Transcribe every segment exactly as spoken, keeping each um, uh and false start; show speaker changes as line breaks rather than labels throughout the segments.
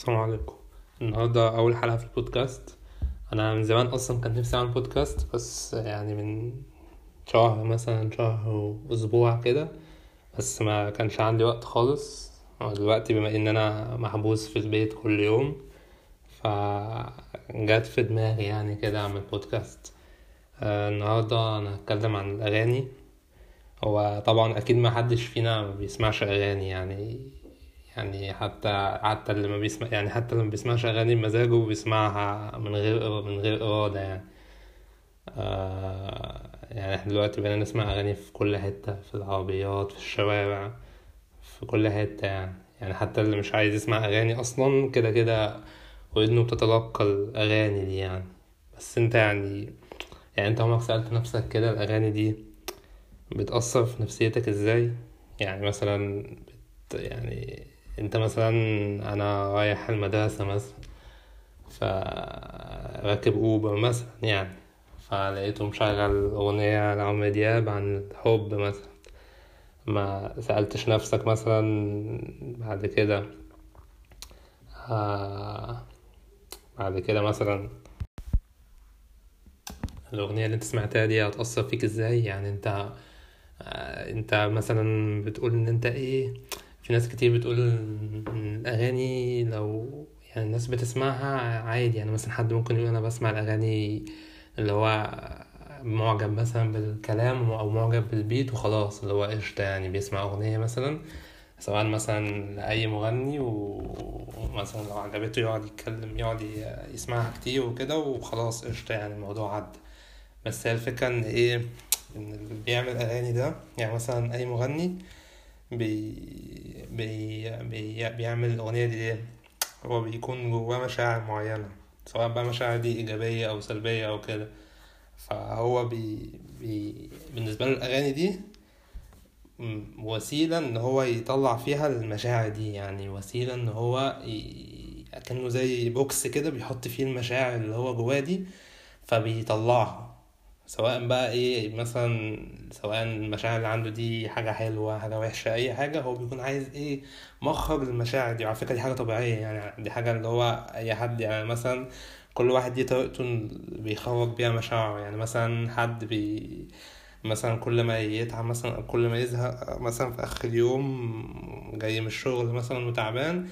السلام عليكم. النهاردة أول حلقة في البودكاست. أنا من زمان أصلا كان نفسي أعمل بودكاست، بس يعني من شهر مثلا شهر وأسبوع كده، بس ما كانش عندي وقت خالص. دلوقتي بما إن أنا محبوس في البيت كل يوم، فجات في دماغي يعني كده أعمل بودكاست. آه، النهاردة أنا هتكلم عن الأغاني. هو طبعا أكيد ما حدش فينا ما بيسمعش أغاني، يعني يعني حتى حتى اللي ما بيسمع يعني حتى اللي ما بيسمعش اغاني بمزاجه بيسمعها من غير من غير اراده يعني. آه يعني احنا دلوقتي بقينا نسمع اغاني في كل حته، في العربيات، في الشوارع، في كل حته يعني يعني حتى اللي مش عايز يسمع اغاني اصلا كده كده ودنه بتتلقى الاغاني دي يعني. بس انت يعني يعني انت عمرك سألت نفسك كده الاغاني دي بتأثر في نفسيتك ازاي؟ يعني مثلا بت يعني انت مثلا، انا رايح المدرسة مثلا، فراكب اوبر مثلا يعني، فلقيته مشغل اغنية لعمرو دياب عن الحب مثلا. ما سألتش نفسك مثلا بعد كده آه بعد كده مثلا الأغنية اللي انت سمعتها دي هتأثر فيك ازاي؟ يعني انت آه، انت مثلا بتقول ان انت ايه. في ناس كتير بتقول ان الاغاني لو يعني الناس بتسمعها عادي، يعني مثلا حد ممكن يقول انا بسمع الاغاني اللي هو معجب مثلا بالكلام او معجب بالبيت وخلاص، اللي هو قشطة يعني بيسمع اغنية مثلا سواء مثلا لأي مغني، ومثلا لو عجبته يقعد يتكلم يقعد يسمعها كتير وكده وخلاص قشطة يعني الموضوع عدى. بس هي الفكرة ان ايه، ان اللي بيعمل اغاني ده يعني مثلا اي مغني بي بي بي بيعمل الاغنية دي ليه؟ هو بيكون جواه مشاعر معينة، سواء بقى مشاعر دي ايجابية او سلبية او كده. فهو بي بي بالنسبة له الاغاني دي م- وسيلة ان هو يطلع فيها المشاعر دي، يعني وسيلة ان هو ي... كأنه زي بوكس كده بيحط فيه المشاعر اللي هو جواه دي فبيطلعها. سواء بقى ايه مثلا، سواء المشاعر اللي عنده دي حاجة حلوة حاجة وحشة اي حاجة، هو بيكون عايز ايه مخرج المشاعر دي. وعلى فكرة دي حاجة طبيعية، يعني دي حاجة اللي هو اي حد يعني مثلا كل واحد دي طريقته اللي بيخرج بيها مشاعره. يعني مثلا حد بي مثلا كل ما يتعب مثلا أو كل ما يزهق مثلا في اخر اليوم جاي من الشغل مثلا وتعبان،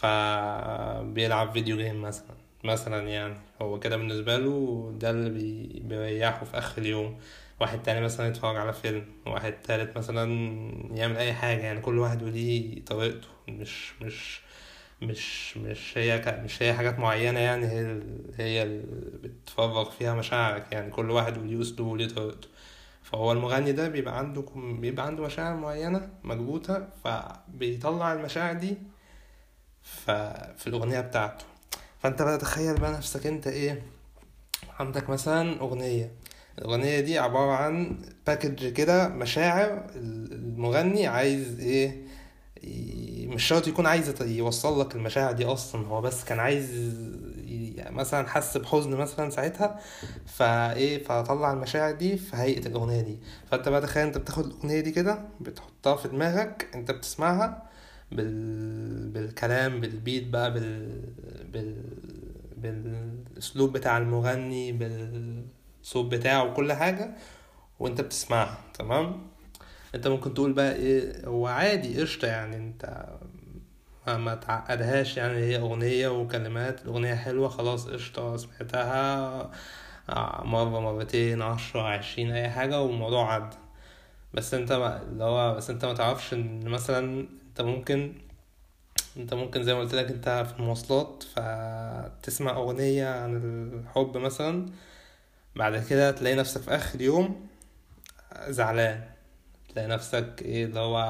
فبيلعب فيديو جيم مثلا مثلا يعني هو كده بالنسبة له ده اللي بي- بيريحه في آخر اليوم. واحد تاني مثلا يتفرج على فيلم، واحد تالت مثلا يعمل أي حاجة. يعني كل واحد وليه طريقته، مش مش مش مش هي ك- مش هي حاجات معينة يعني هي ال- هي اللي بتفرغ فيها مشاعرك. يعني كل واحد وليه أسلوبه وليه طريقته. فهو المغني ده بيبقى عنده بيبقى عنده مشاعر معينة مكبوتة، فبيطلع المشاعر دي ف- في الأغنية بتاعته. فانت بقى تخيل بقى نفسك انت ايه، عندك مثلا اغنية، الاغنية دي عبارة عن باكج كده مشاعر المغني عايز ايه. ي- مش شرط يكون عايز يط- يوصل لك المشاعر دي اصلا، هو بس كان عايز ي- يعني مثلا حس بحزن مثلا ساعتها فايه فطلع المشاعر دي في هيئة الاغنية دي. فانت بقى تخيل انت بتاخد الاغنية دي كده بتحطها في دماغك انت بتسمعها بال... بالكلام بالبيت بقى بال... بال... بالاسلوب بتاع المغني بالصوت بتاعه وكل حاجة، وانت بتسمعها تمام. انت ممكن تقول بقى ايه هو عادي قشطة، يعني انت ما, ما تعقدهاش، يعني هي اغنية وكلمات الاغنية حلوة خلاص قشطة سمعتها آه، مرة مرتين عشرة عشرين اي حاجة والموضوع عدى. بس انت ما اللي هو بس انت ما تعرفش ان مثلا انت ممكن انت ممكن زي ما قلت لك انت في المواصلات فتسمع اغنية عن الحب مثلا، بعد كده تلاقي نفسك في اخر يوم زعلان. تلاقي نفسك ايه اللي هو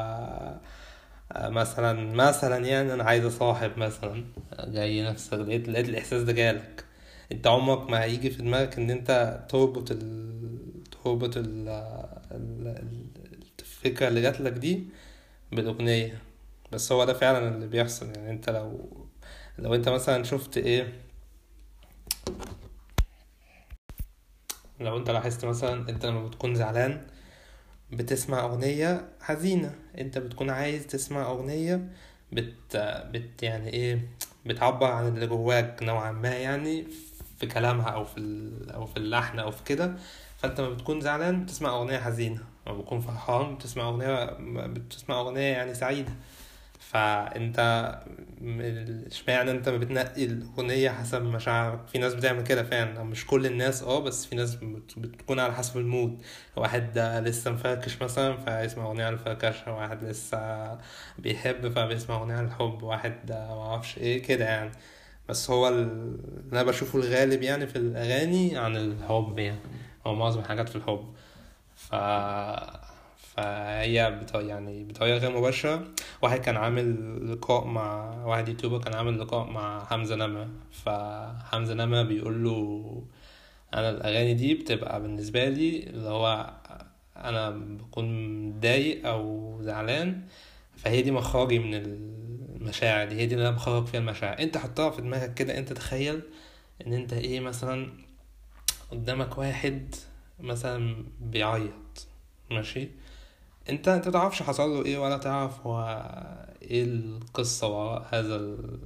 آه، مثلا مثلا يعني انا عايز اصاحب مثلا، جاي نفسك لقيت لقيت الاحساس ده جالك. انت عمرك ما هيجي في دماغك ان انت تربط ال... تربط ال... ال... ال- الفكرة اللي جاتلك دي بالاغنية. بس هو ده فعلا اللي بيحصل. يعني انت لو لو انت مثلا شفت ايه، لو انت لاحظت مثلا انت لما بتكون زعلان بتسمع اغنية حزينة، انت بتكون عايز تسمع اغنية بت, بت يعني ايه بتعبر عن اللي جواك نوعا ما يعني، في كلامها او في ال- او في اللحن او في كده. فانت لما بتكون زعلان بتسمع اغنيه حزينه، لما بتكون فرحان بتسمع اغنيه بتسمع اغنيه يعني سعيده. فانت م- اشمعنى انت بتنقي الاغنيه حسب مشاعرك؟ في ناس بتعمل كده فعلا، مش كل الناس اه، بس في ناس بت- بتكون على حسب المود. واحد ده لسه مفركش مثلا فيسمع اغنيه عن الفركشه، واحد لسه بيحب فبيسمع اغنيه عن الحب، واحد ده معرفش ايه كده يعني. بس هو ال- اللي انا بشوفه الغالب يعني في الاغاني عن الحب يعني، او معظم الحاجات في الحب. ف فهي بط... يعني بطريقة غير مباشرة. واحد كان عامل لقاء مع واحد يوتيوبر، كان عامل لقاء مع حمزة نمرة، فحمزة نمرة بيقول له أنا الأغاني دي بتبقى بالنسبة لي اللي هو أنا بكون متضايق أو زعلان، فهي دي مخرجي من المشاعر دي، هي دي اللي أنا بخرج فيها المشاعر. أنت حطها في دماغك كده، أنت تخيل إن أنت إيه مثلا قدامك واحد مثلا بيعيط، ماشي؟ انت انت تعرفش حصل له ايه، ولا تعرف هو ايه القصة وراء هذا ال...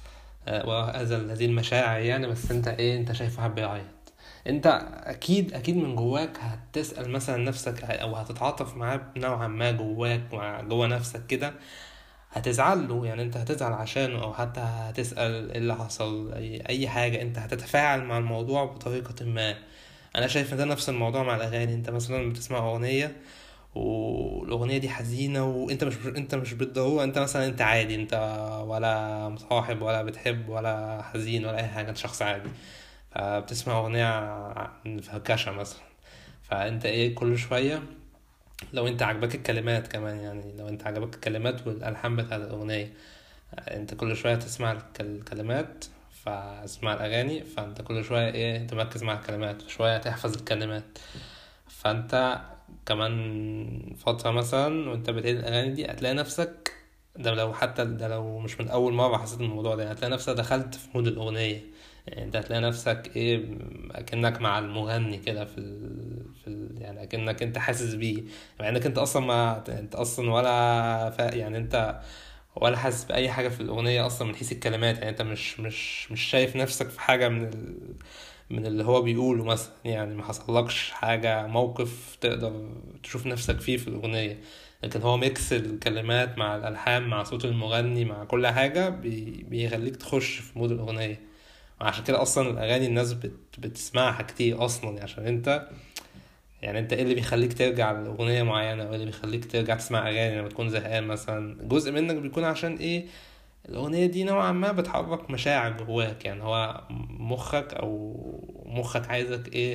وراء هذا ال- هذه المشاعر يعني. بس انت ايه، انت شايف واحد بيعيط، انت اكيد اكيد من جواك هتسأل مثلا نفسك، او هتتعاطف معاه نوعا ما جواك، مع جوا نفسك كده هتزعل له يعني، انت هتزعل عشانه، او حتى هتسأل ايه اللي حصل، اي اي حاجة، انت هتتفاعل مع الموضوع بطريقة ما. انا شايف ان ده نفس الموضوع مع الاغاني. انت مثلا بتسمع اغنية والاغنيه دي حزينه، وانت مش انت مش بالضروره، انت مثلا انت عادي، انت ولا مصاحب ولا بتحب ولا حزين ولا اي حاجه، انت شخص عادي، فبتسمع اغنيه عن فركشه مثلا. فانت ايه كل شويه، لو انت عجبك الكلمات كمان يعني، لو انت عجبك الكلمات والالحان بتاعت الاغنيه، انت كل شويه تسمع الك- الكلمات، فاسمع الاغاني، فانت كل شويه ايه تركز مع الكلمات، شويه تحفظ الكلمات. فانت كمان فترة مثلا وانت بتعيد الأغاني دي هتلاقي نفسك، ده لو حتى ده لو مش من أول مرة حسيت الموضوع ده، هتلاقي نفسك دخلت في مود الأغنية. يعني انت هتلاقي نفسك ايه، اكنك مع المغني كده في ال... في ال... يعني اكنك انت حاسس بيه، مع انك انت اصلا ما انت اصلا ولا ف... يعني انت ولا حاسس بأي حاجة في الأغنية أصلا من حيث الكلمات يعني. أنت مش مش مش شايف نفسك في حاجة من ال... من اللي هو بيقوله مثلا يعني، ما حصلكش حاجة موقف تقدر تشوف نفسك فيه في الأغنية، لكن هو ميكس الكلمات مع الألحان مع صوت المغني مع كل حاجة بي... بيخليك تخش في مود الأغنية. وعشان كده أصلا الأغاني الناس بت... بتسمعها كتير أصلا يعني، عشان أنت يعني انت ايه اللي بيخليك ترجع لأغنية معينة، او ايه اللي بيخليك ترجع تسمع اغاني لما تكون زهقان مثلا؟ جزء منك بيكون عشان ايه، الأغنية دي نوعا ما بتحرك مشاعر جواك يعني، هو مخك أو مخك عايزك إيه،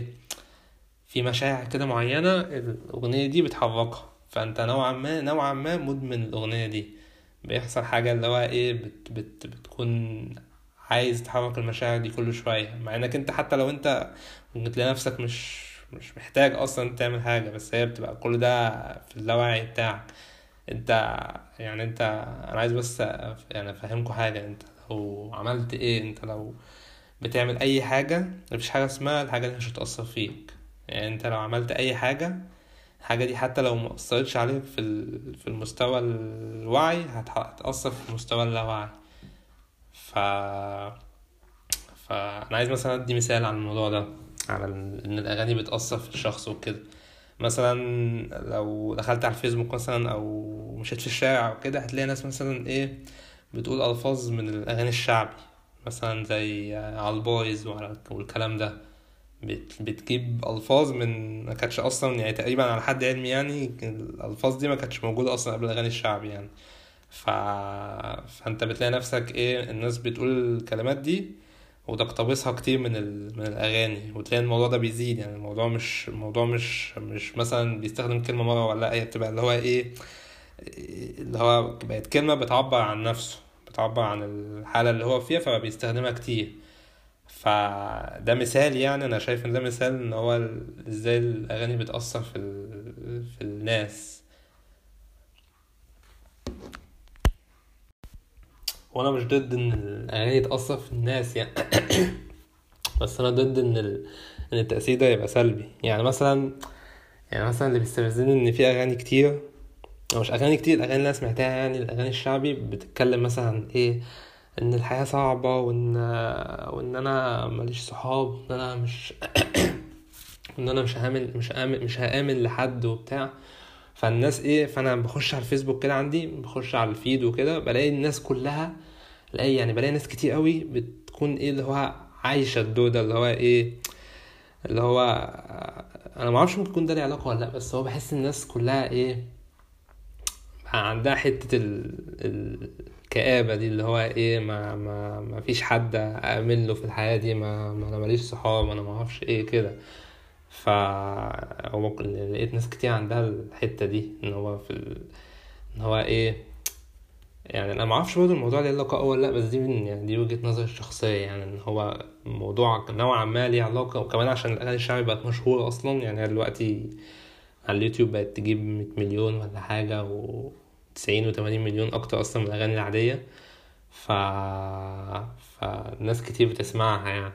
في مشاعر كده معينة الأغنية دي بتحركها، فأنت نوعا ما نوعا ما مدمن الأغنية دي. بيحصل حاجة اللي هو إيه، بت بت بتكون عايز تحرك المشاعر دي كل شوية، مع إنك أنت حتى لو أنت ممكن تلاقي نفسك مش مش محتاج أصلا تعمل حاجة، بس هي بتبقى كل ده في اللاوعي بتاعك انت يعني. انت انا عايز بس أف- يعني افهمكوا حاجه، انت لو عملت ايه، انت لو بتعمل اي حاجه مفيش حاجه اسمها الحاجه دي مش هتاثر فيك. يعني انت لو عملت اي حاجه، الحاجه دي حتى لو ما اثرتش عليك في ال- في المستوى الوعي هتح- هتاثر في المستوى اللاواعي. ف فانا عايز مثلا ادي مثال على الموضوع ده، على ال- ان الاغاني بتاثر في الشخص وكده. مثلا لو دخلت على الفيسبوك مثلا او مشيت في الشارع وكده، هتلاقي ناس مثلا ايه بتقول الفاظ من الاغاني الشعبي، مثلا زي على البايظ وعلى- والكلام ده، بت- بتجيب الفاظ من ما كانتش اصلا يعني تقريبا على حد علمي يعني، الالفاظ دي ما كانتش موجوده اصلا قبل الاغاني الشعبي يعني. ف... فانت بتلاقي نفسك ايه، الناس بتقول الكلمات دي وتقتبسها كتير من ال... من الاغاني، وتلاقي الموضوع ده بيزيد يعني. الموضوع مش الموضوع مش مش مثلا بيستخدم كلمه مره ولا لا، هي بتبقى اللي هو ايه، اللي هو بقت كلمه بتعبر عن نفسه، بتعبر عن الحاله اللي هو فيها فبيستخدمها كتير. فده مثال يعني، انا شايف ان ده مثال ان هو ال- ازاي الاغاني بتأثر في ال... في الناس. وانا مش ضد ان الاغاني تأثر في الناس يعني، بس انا ضد ان ال... ان التأثير ده يبقى سلبي يعني. مثلا يعني مثلا اللي بيستفزني ان في اغاني كتير، او مش اغاني كتير، الاغاني اللي انا سمعتها يعني الاغاني الشعبي بتتكلم مثلا ايه، ان الحياة صعبة، وان وان انا ماليش صحاب، وان انا مش ان انا مش هعمل مش هآمن مش هآمن لحد وبتاع. فالناس ايه فانا بخش على الفيسبوك كده، عندي بخش على الفيد وكده، بلاقي الناس كلها، بلاقي يعني بلاقي ناس كتير قوي بتكون ايه اللي هو عايشة الدور ده، اللي هو ايه اللي هو انا ما اعرفش ممكن يكون ده له علاقة ولا لا، بس هو بحس الناس كلها ايه عندها حتة ال... الكآبة دي، اللي هو ايه ما ما ما فيش حد أأمن له في الحياة دي، ما, ما انا ماليش صحاب، انا ما اعرفش ايه كده. ف هو ممكن لقيت ناس كتير عندها الحتة دي، ان هو في ال... ان هو ايه يعني انا ما اعرفش برضه الموضوع ليه علاقة أو ولا لا، بس دي من يعني دي وجهة نظري الشخصية، يعني ان هو الموضوع نوعا ما ليه علاقة، وكمان عشان الاغاني الشعبي بقت مشهورة اصلا، يعني هي دلوقتي على اليوتيوب بقت تجيب مية مليون ولا حاجة، و تسعين وتمانين مليون اكتر اصلا من الاغاني العادية. ف فناس كتير بتسمعها يعني.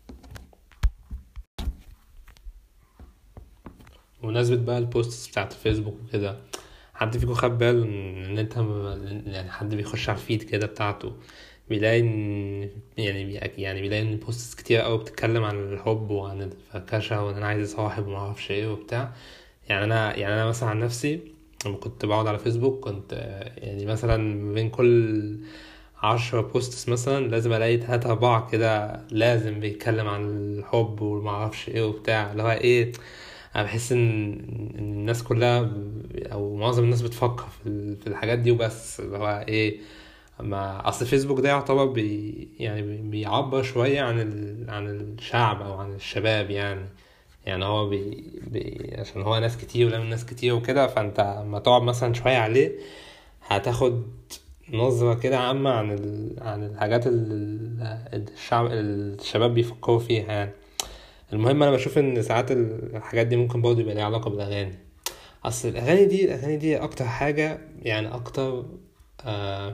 بمناسبة بقى البوستس بتاعت الفيسبوك وكده، حد فيكم خد باله ان إن انت م- يعني حد بيخش على الفيد كده بتاعته، بيلاقي ان يعني بي يعني بيلاقي ان بوستس كتير قوي بتتكلم عن الحب وعن الفركشة، وان انا عايز صاحب وما اعرفش ايه وبتاع. يعني انا يعني انا مثلا عن نفسي لما كنت بقعد على فيسبوك، كنت آه، يعني مثلا بين كل عشرة بوستس مثلا لازم الاقي تلاتة اربعة كده لازم بيتكلم عن الحب ومعرفش ايه وبتاع، اللي هو ايه انا بحس ان إن الناس كلها ب- او معظم الناس بتفكر في ال- في الحاجات دي وبس، اللي هو ايه ما اصل فيسبوك ده يعتبر بي يعني بي- بيعبر شوية عن ال عن الشعب او عن الشباب يعني. يعني هو بي بي عشان هو ناس كتير ولما ناس كتير وكده، فانت لما تقعد مثلا شوية عليه هتاخد نظرة كده عامة عن ال... عن الحاجات ال... الشعب الشباب بيفكروا فيها يعني. المهم انا بشوف ان ساعات الحاجات دي ممكن برضه يبقى ليها علاقة بالاغاني. اصل الاغاني دي الاغاني دي اكتر حاجة يعني اكتر آه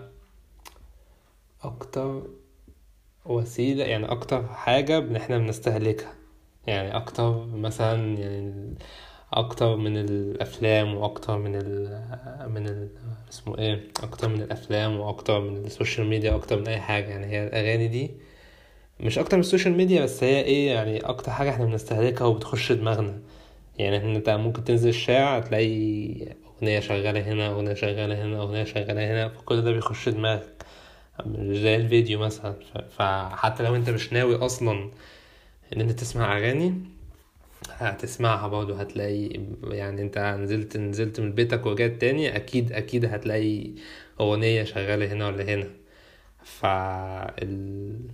اكتر وسيلة، يعني اكتر حاجة بن- احنا بنستهلكها، يعني اكتر مثلا يعني اكتر من الافلام، واكتر من ال من ال اسمه ايه اكتر من الافلام، واكتر من السوشيال ميديا، اكتر من اي حاجة. يعني هي الاغاني دي مش اكتر من السوشيال ميديا، بس هي ايه يعني اكتر حاجة احنا بنستهلكها وبتخش دماغنا. يعني إحنا- انت ممكن تنزل الشارع تلاقي اغنية شغالة هنا، اغنية شغالة هنا، اغنية شغالة هنا، فكل ده بيخش دماغك مش زي الفيديو مثلا. ف- فحتى لو انت مش ناوي اصلا ان انت تسمع اغاني، هتسمعها برضه، هتلاقي يعني انت نزلت نزلت من بيتك ورجعت تاني، اكيد اكيد هتلاقي اغنية شغالة هنا ولا هنا. فالتأثير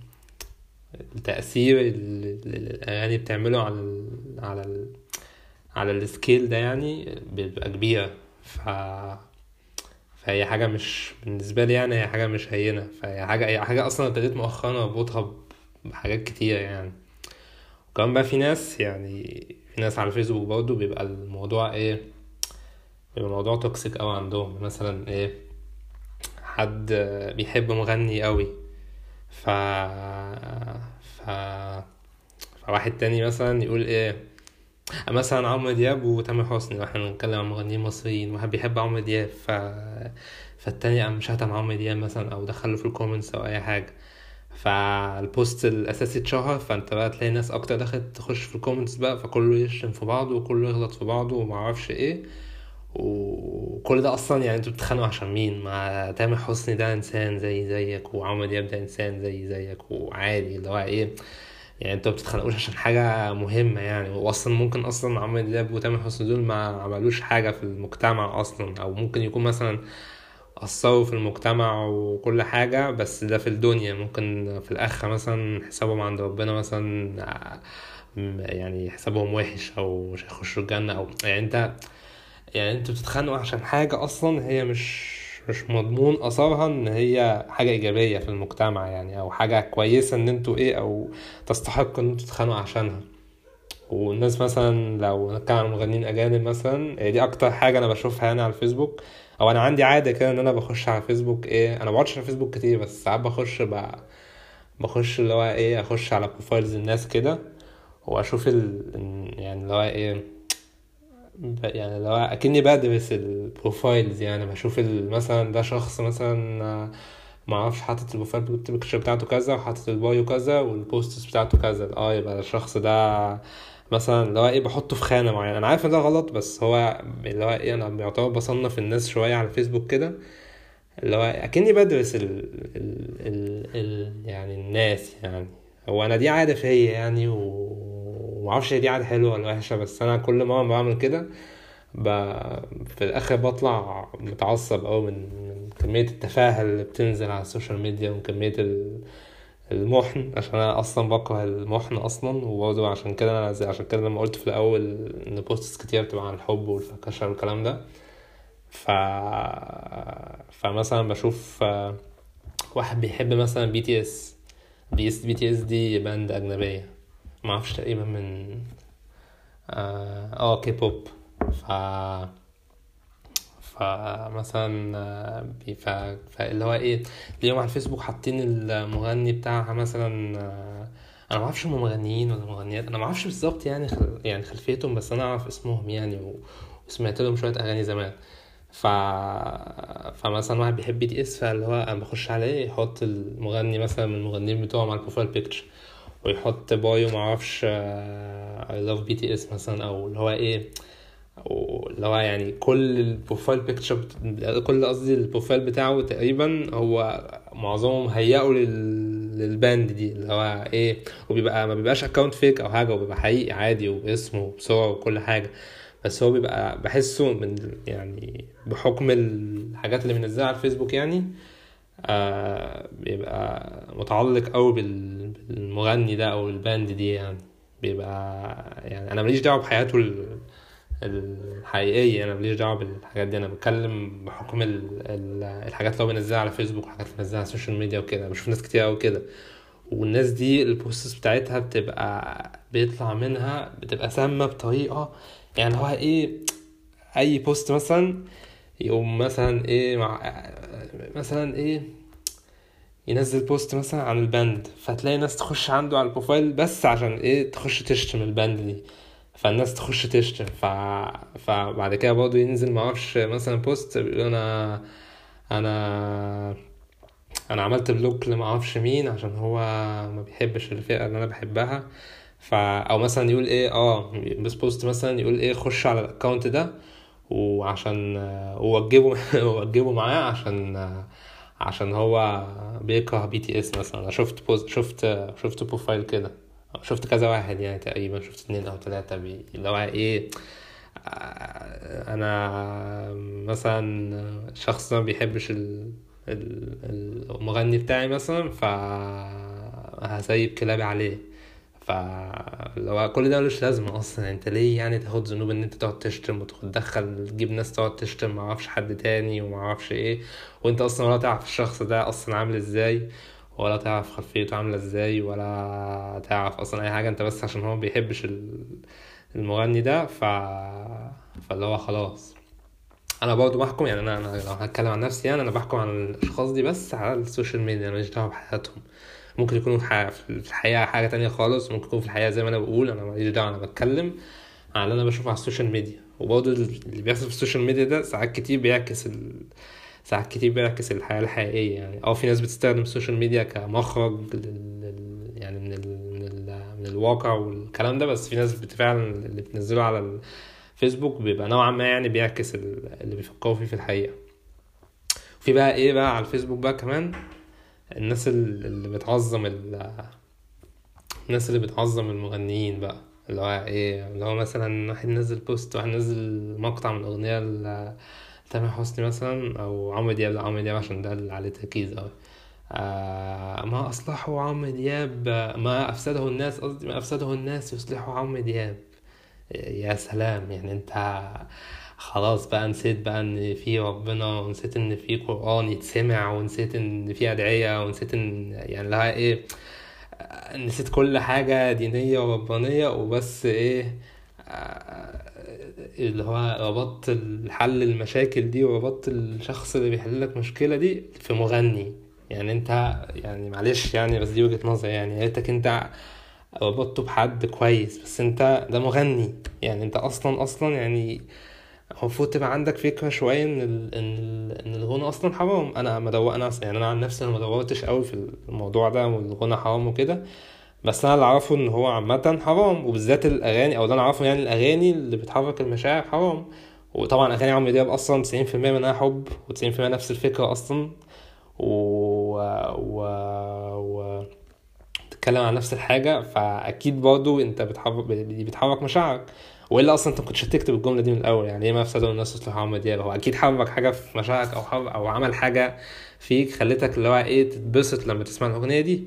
اللي الاغاني بتعمله على ال... على ال... على السكيل ده يعني بيبقى كبيرة. ف... فهي حاجة مش بالنسبة لي، يعني هي حاجة مش هينة، فهي حاجة هي حاجة أصلا ابتديت مؤخرا أربطها بحاجات كتير يعني. وكمان بقى في ناس يعني في ناس على الفيسبوك برضه بيبقى الموضوع ايه بيبقى الموضوع توكسيك أوي عندهم، مثلا ايه حد بيحب مغني أوي، ف... ف... فواحد تاني مثلا يقول ايه مثلا عمرو دياب وتامر حسني، واحنا بنتكلم عن مغنيين مصريين، واحد بيحب عمرو دياب، ف فالتاني قام شتم عمرو دياب مثلا او دخله في الكومنتس او اي حاجه، فالبوست الاساسي اتشهر، فانت بقى تلاقي ناس اكتر دخلت تخش في الكومنتس بقى، فكله يشتم في بعضه وكله يغلط في بعضه ومعرفش ايه. وكل ده اصلا يعني انتوا بتتخانقوا عشان مين؟ مع تامر حسني ده انسان زي زيك، وعمرو دياب ده انسان زي زيك وعادي، اللي هو ايه يعني انتوا بتتخانقوش عشان حاجة مهمة يعني. واصلا ممكن اصلا عمرو دياب وتامر حسني دول ما عملوش حاجة في المجتمع اصلا، او ممكن يكون مثلا أثروا في المجتمع وكل حاجة، بس ده في الدنيا. ممكن في الآخرة مثلا حسابهم عند ربنا مثلا يعني حسابهم وحش، أو مش هيخشوا الجنة، أو يعني انت يعني انتوا بتتخانقوا عشان حاجة اصلا هي مش مش مضمون اثرها ان هي حاجة ايجابية في المجتمع يعني، او حاجة كويسة ان انتوا ايه او تستحقوا ان انتوا تتخانقوا عشانها. والناس مثلا لو نتكلم عن مغنيين اجانب مثلا، هي دي اكتر حاجة انا بشوفها يعني على الفيسبوك. او انا عندي عادة كده ان انا بخش على الفيسبوك ايه انا بقعدش على الفيسبوك كتير، بس ساعات بخش بقى بخش اللي هو ايه اخش على بروفايلز الناس كده، واشوف ال... يعني اللي هو ايه ب- يعني لو اكني بدرس البروفايلز، يعني بشوف ال- مثلا ده شخص مثلا ما اعرفش حاطط البروفايل بيكتشر بتاعته كذا وحاطط البايو كذا والبوستس بتاعته كذا، اه يبقى الشخص ده مثلا اللي هو ايه بحطه في خانه معينه. انا عارف ان ده غلط، بس هو اللي هو ايه انا بيعتبر بصنف الناس شويه على فيسبوك كده، اللي هو اكني بدرس ال... ال... ال... ال... يعني الناس يعني. هو انا دي عاده فيا يعني، ومعرفش هي دي عاده حلوه ولا وحشه، بس انا كل ما بعمل كده ب... في الاخر بطلع متعصب أوي من... من كميه التفاهه اللي بتنزل على السوشيال ميديا، وكميه ال... المحن، عشان انا اصلا بكره المحن اصلا. وبرضه عشان كده انا زي عشان كده لما قلت في الاول ان بوستس كتير بتبقى عن الحب والفركشه والكلام ده. ف فمثلا بشوف آه، واحد بيحب مثلا بي تي اس. بي اس بي تي اس دي باند اجنبيه، ما اعرفش تقريبا من اه آه، كي بوب. ف فمثلا آه، بي- ف... فاللي هو ايه اليوم على الفيسبوك حاطين المغني بتاعها مثلا. آه، انا ما اعرفش هم مغنيين ولا مغنيات، انا ما اعرفش بالظبط يعني خل... يعني خلفيتهم، بس انا اعرف اسمهم يعني و... وسمعت لهم شويه اغاني زمان. ف فمثلا واحد بيحب بي تي اس، فاللي هو انا بخش عليه يحط المغني مثلا من المغنيين بتوعه مع البروفايل بيكتشر، ويحط بايو ما اعرفش اي لاف بي تي اس مثلا، او اللي هو ايه، او اللي هو يعني كل البروفايل بيكتشر، كل قصدي البروفايل بتاعه تقريبا هو معظمهم هيئوا لل... للباند دي اللي هو ايه. وبيبقى ما بيبقاش اكونت فيك او حاجه، وبيبقى حقيقي عادي وباسمه وبصوره وكل حاجه. بس هو بيبقى بحسه من يعني بحكم الحاجات اللي بنزلها على الفيسبوك يعني، آه بيبقى متعلق قوي بال- بالمغني ده او الباند دي يعني. بيبقى يعني انا ماليش دعوه بحياته ال- الحقيقيه، انا ماليش دعوه بالحاجات دي، انا بتكلم بحكم ال- ال- الحاجات اللي هو بينزلها على فيسبوك والحاجات اللي بينزلها على السوشيال ميديا وكده. بشوف ناس كتير قوي كده، والناس دي البوستس بتاعتها بتبقى بيطلع منها بتبقى سامه بطريقه يعني. هو ايه اي بوست مثلا يقوم مثلا ايه مع مثلا ايه ينزل بوست مثلا عن الباند، فتلاقي ناس تخش عنده على البروفايل بس عشان ايه تخش تشتم الباند دي، فالناس تخش تشتم. ف... فبعد كده برضه ينزل معرفش مثلا بوست بيقول انا انا انا عملت بلوك لمعرفش مين عشان هو ما بيحبش الفئة اللي انا بحبها. ف او مثلا يقول ايه اه بس بوست مثلا يقول ايه خش على الاكونت ده وعشان ووجبه ووجبه معاه عشان عشان هو بيكره بي تي اس مثلا. انا شفت بوست شفت شفت بروفايل كده، شفت كذا واحد يعني تقريبا شفت اتنين او تلاتة بي... اللي هو ايه آه، انا مثلا شخص ما بيحبش ال... ال- المغني بتاعي مثلا، ف هسيب كلابي عليه. فلو كل ده ملوش لازمة اصلا، انت ليه يعني تاخد ذنوب ان انت تقعد تشتم وتدخل تجيب ناس تقعد تشتم معرفش حد تاني ومعرفش ايه، وانت اصلا ولا تعرف الشخص ده اصلا عامل ازاي، ولا تعرف خلفيته عاملة ازاي، ولا تعرف اصلا اي حاجة، انت بس عشان هو بيحبش ال- المغني ده. ف فاللي هو خلاص انا برضه بحكم يعني. انا انا لو هتكلم عن نفسي يعني انا بحكم عن الاشخاص دي بس على السوشيال ميديا، انا ماليش دعوه بحياتهم. ممكن يكونوا في الح- في الحقيقه حاجه تانية خالص، ممكن يكون في الحقيقه زي ما انا بقول، انا ماليش دعوه، انا بتكلم على اللي انا بشوفه على السوشيال ميديا. وبرضه اللي بيحصل في السوشيال ميديا ده ساعات كتير بيعكس ال... ساعات كتير بيعكس الحياه الحقيقيه يعني. اه في ناس بتستخدم السوشيال ميديا كمخرج لل... لل- يعني من ال... من ال... من الواقع والكلام ده، بس في ناس بت- فعلا اللي بتنزله على الفيسبوك بيبقى نوعا ما يعني بيعكس ال- اللي بيفكروا فيه في الحقيقة. في بقى ايه بقى على الفيسبوك بقى كمان الناس ال- اللي بتعظم ال... الناس اللي بتعظم المغنيين بقى، اللي هو ايه اللي هو مثلا واحد نزل بوست، واحد نزل مقطع من اغنية ل- تامر حسني مثلا او عمرو دياب. لا عمرو دياب عشان ده اللي عليه تركيز اوي. آه ما اصلحوا عمرو دياب، ما افسده الناس، قصدي ما افسده الناس يصلحوا عمرو دياب. يا سلام يعني انت خلاص بقى نسيت بقى ان في ربنا، ونسيت ان في قرآن يتسمع، ونسيت ان في أدعية، ونسيت ان يعني لها ايه، نسيت كل حاجة دينية وربانية وبس ايه. آه، اللي هو ربطت الحل المشاكل دي وربطت الشخص اللي بيحل لك مشكلة دي في مغني. يعني انت يعني معلش يعني، بس دي وجهة نظر يعني، يا ريتك انت ربطته بحد كويس، بس انت ده مغني يعني. انت اصلا اصلا يعني المفروض تبقى عندك فكرة شوية ان ال... ان ال... ان الغنى اصلا حرام. انا ما دو... انا يعني انا عن نفسي انا ما دورتش قوي في الموضوع ده والغنى حرام وكده، بس انا اللي اعرفه ان هو عامة حرام، وبالذات الاغاني، او اللي انا اعرفه يعني الاغاني اللي بتحرك المشاعر حرام. وطبعا اغاني عمرو دياب اصلا تسعين في المية منها حب، و90% نفس الفكرة اصلا، و... و... و... تتكلم عن نفس الحاجة، فأكيد برضو أنت بتحرك دي بتحرك مشاعرك. وإلا أصلا أنت كنتش هتكتب الجملة دي من الأول. يعني إيه ما أفسدوا الناس تصلح عمرو دياب؟ هو أكيد حرك حاجة في مشاعرك، أو حرك أو عمل حاجة فيك خلتك اللي هو إيه تتبسط لما تسمع الأغنية دي.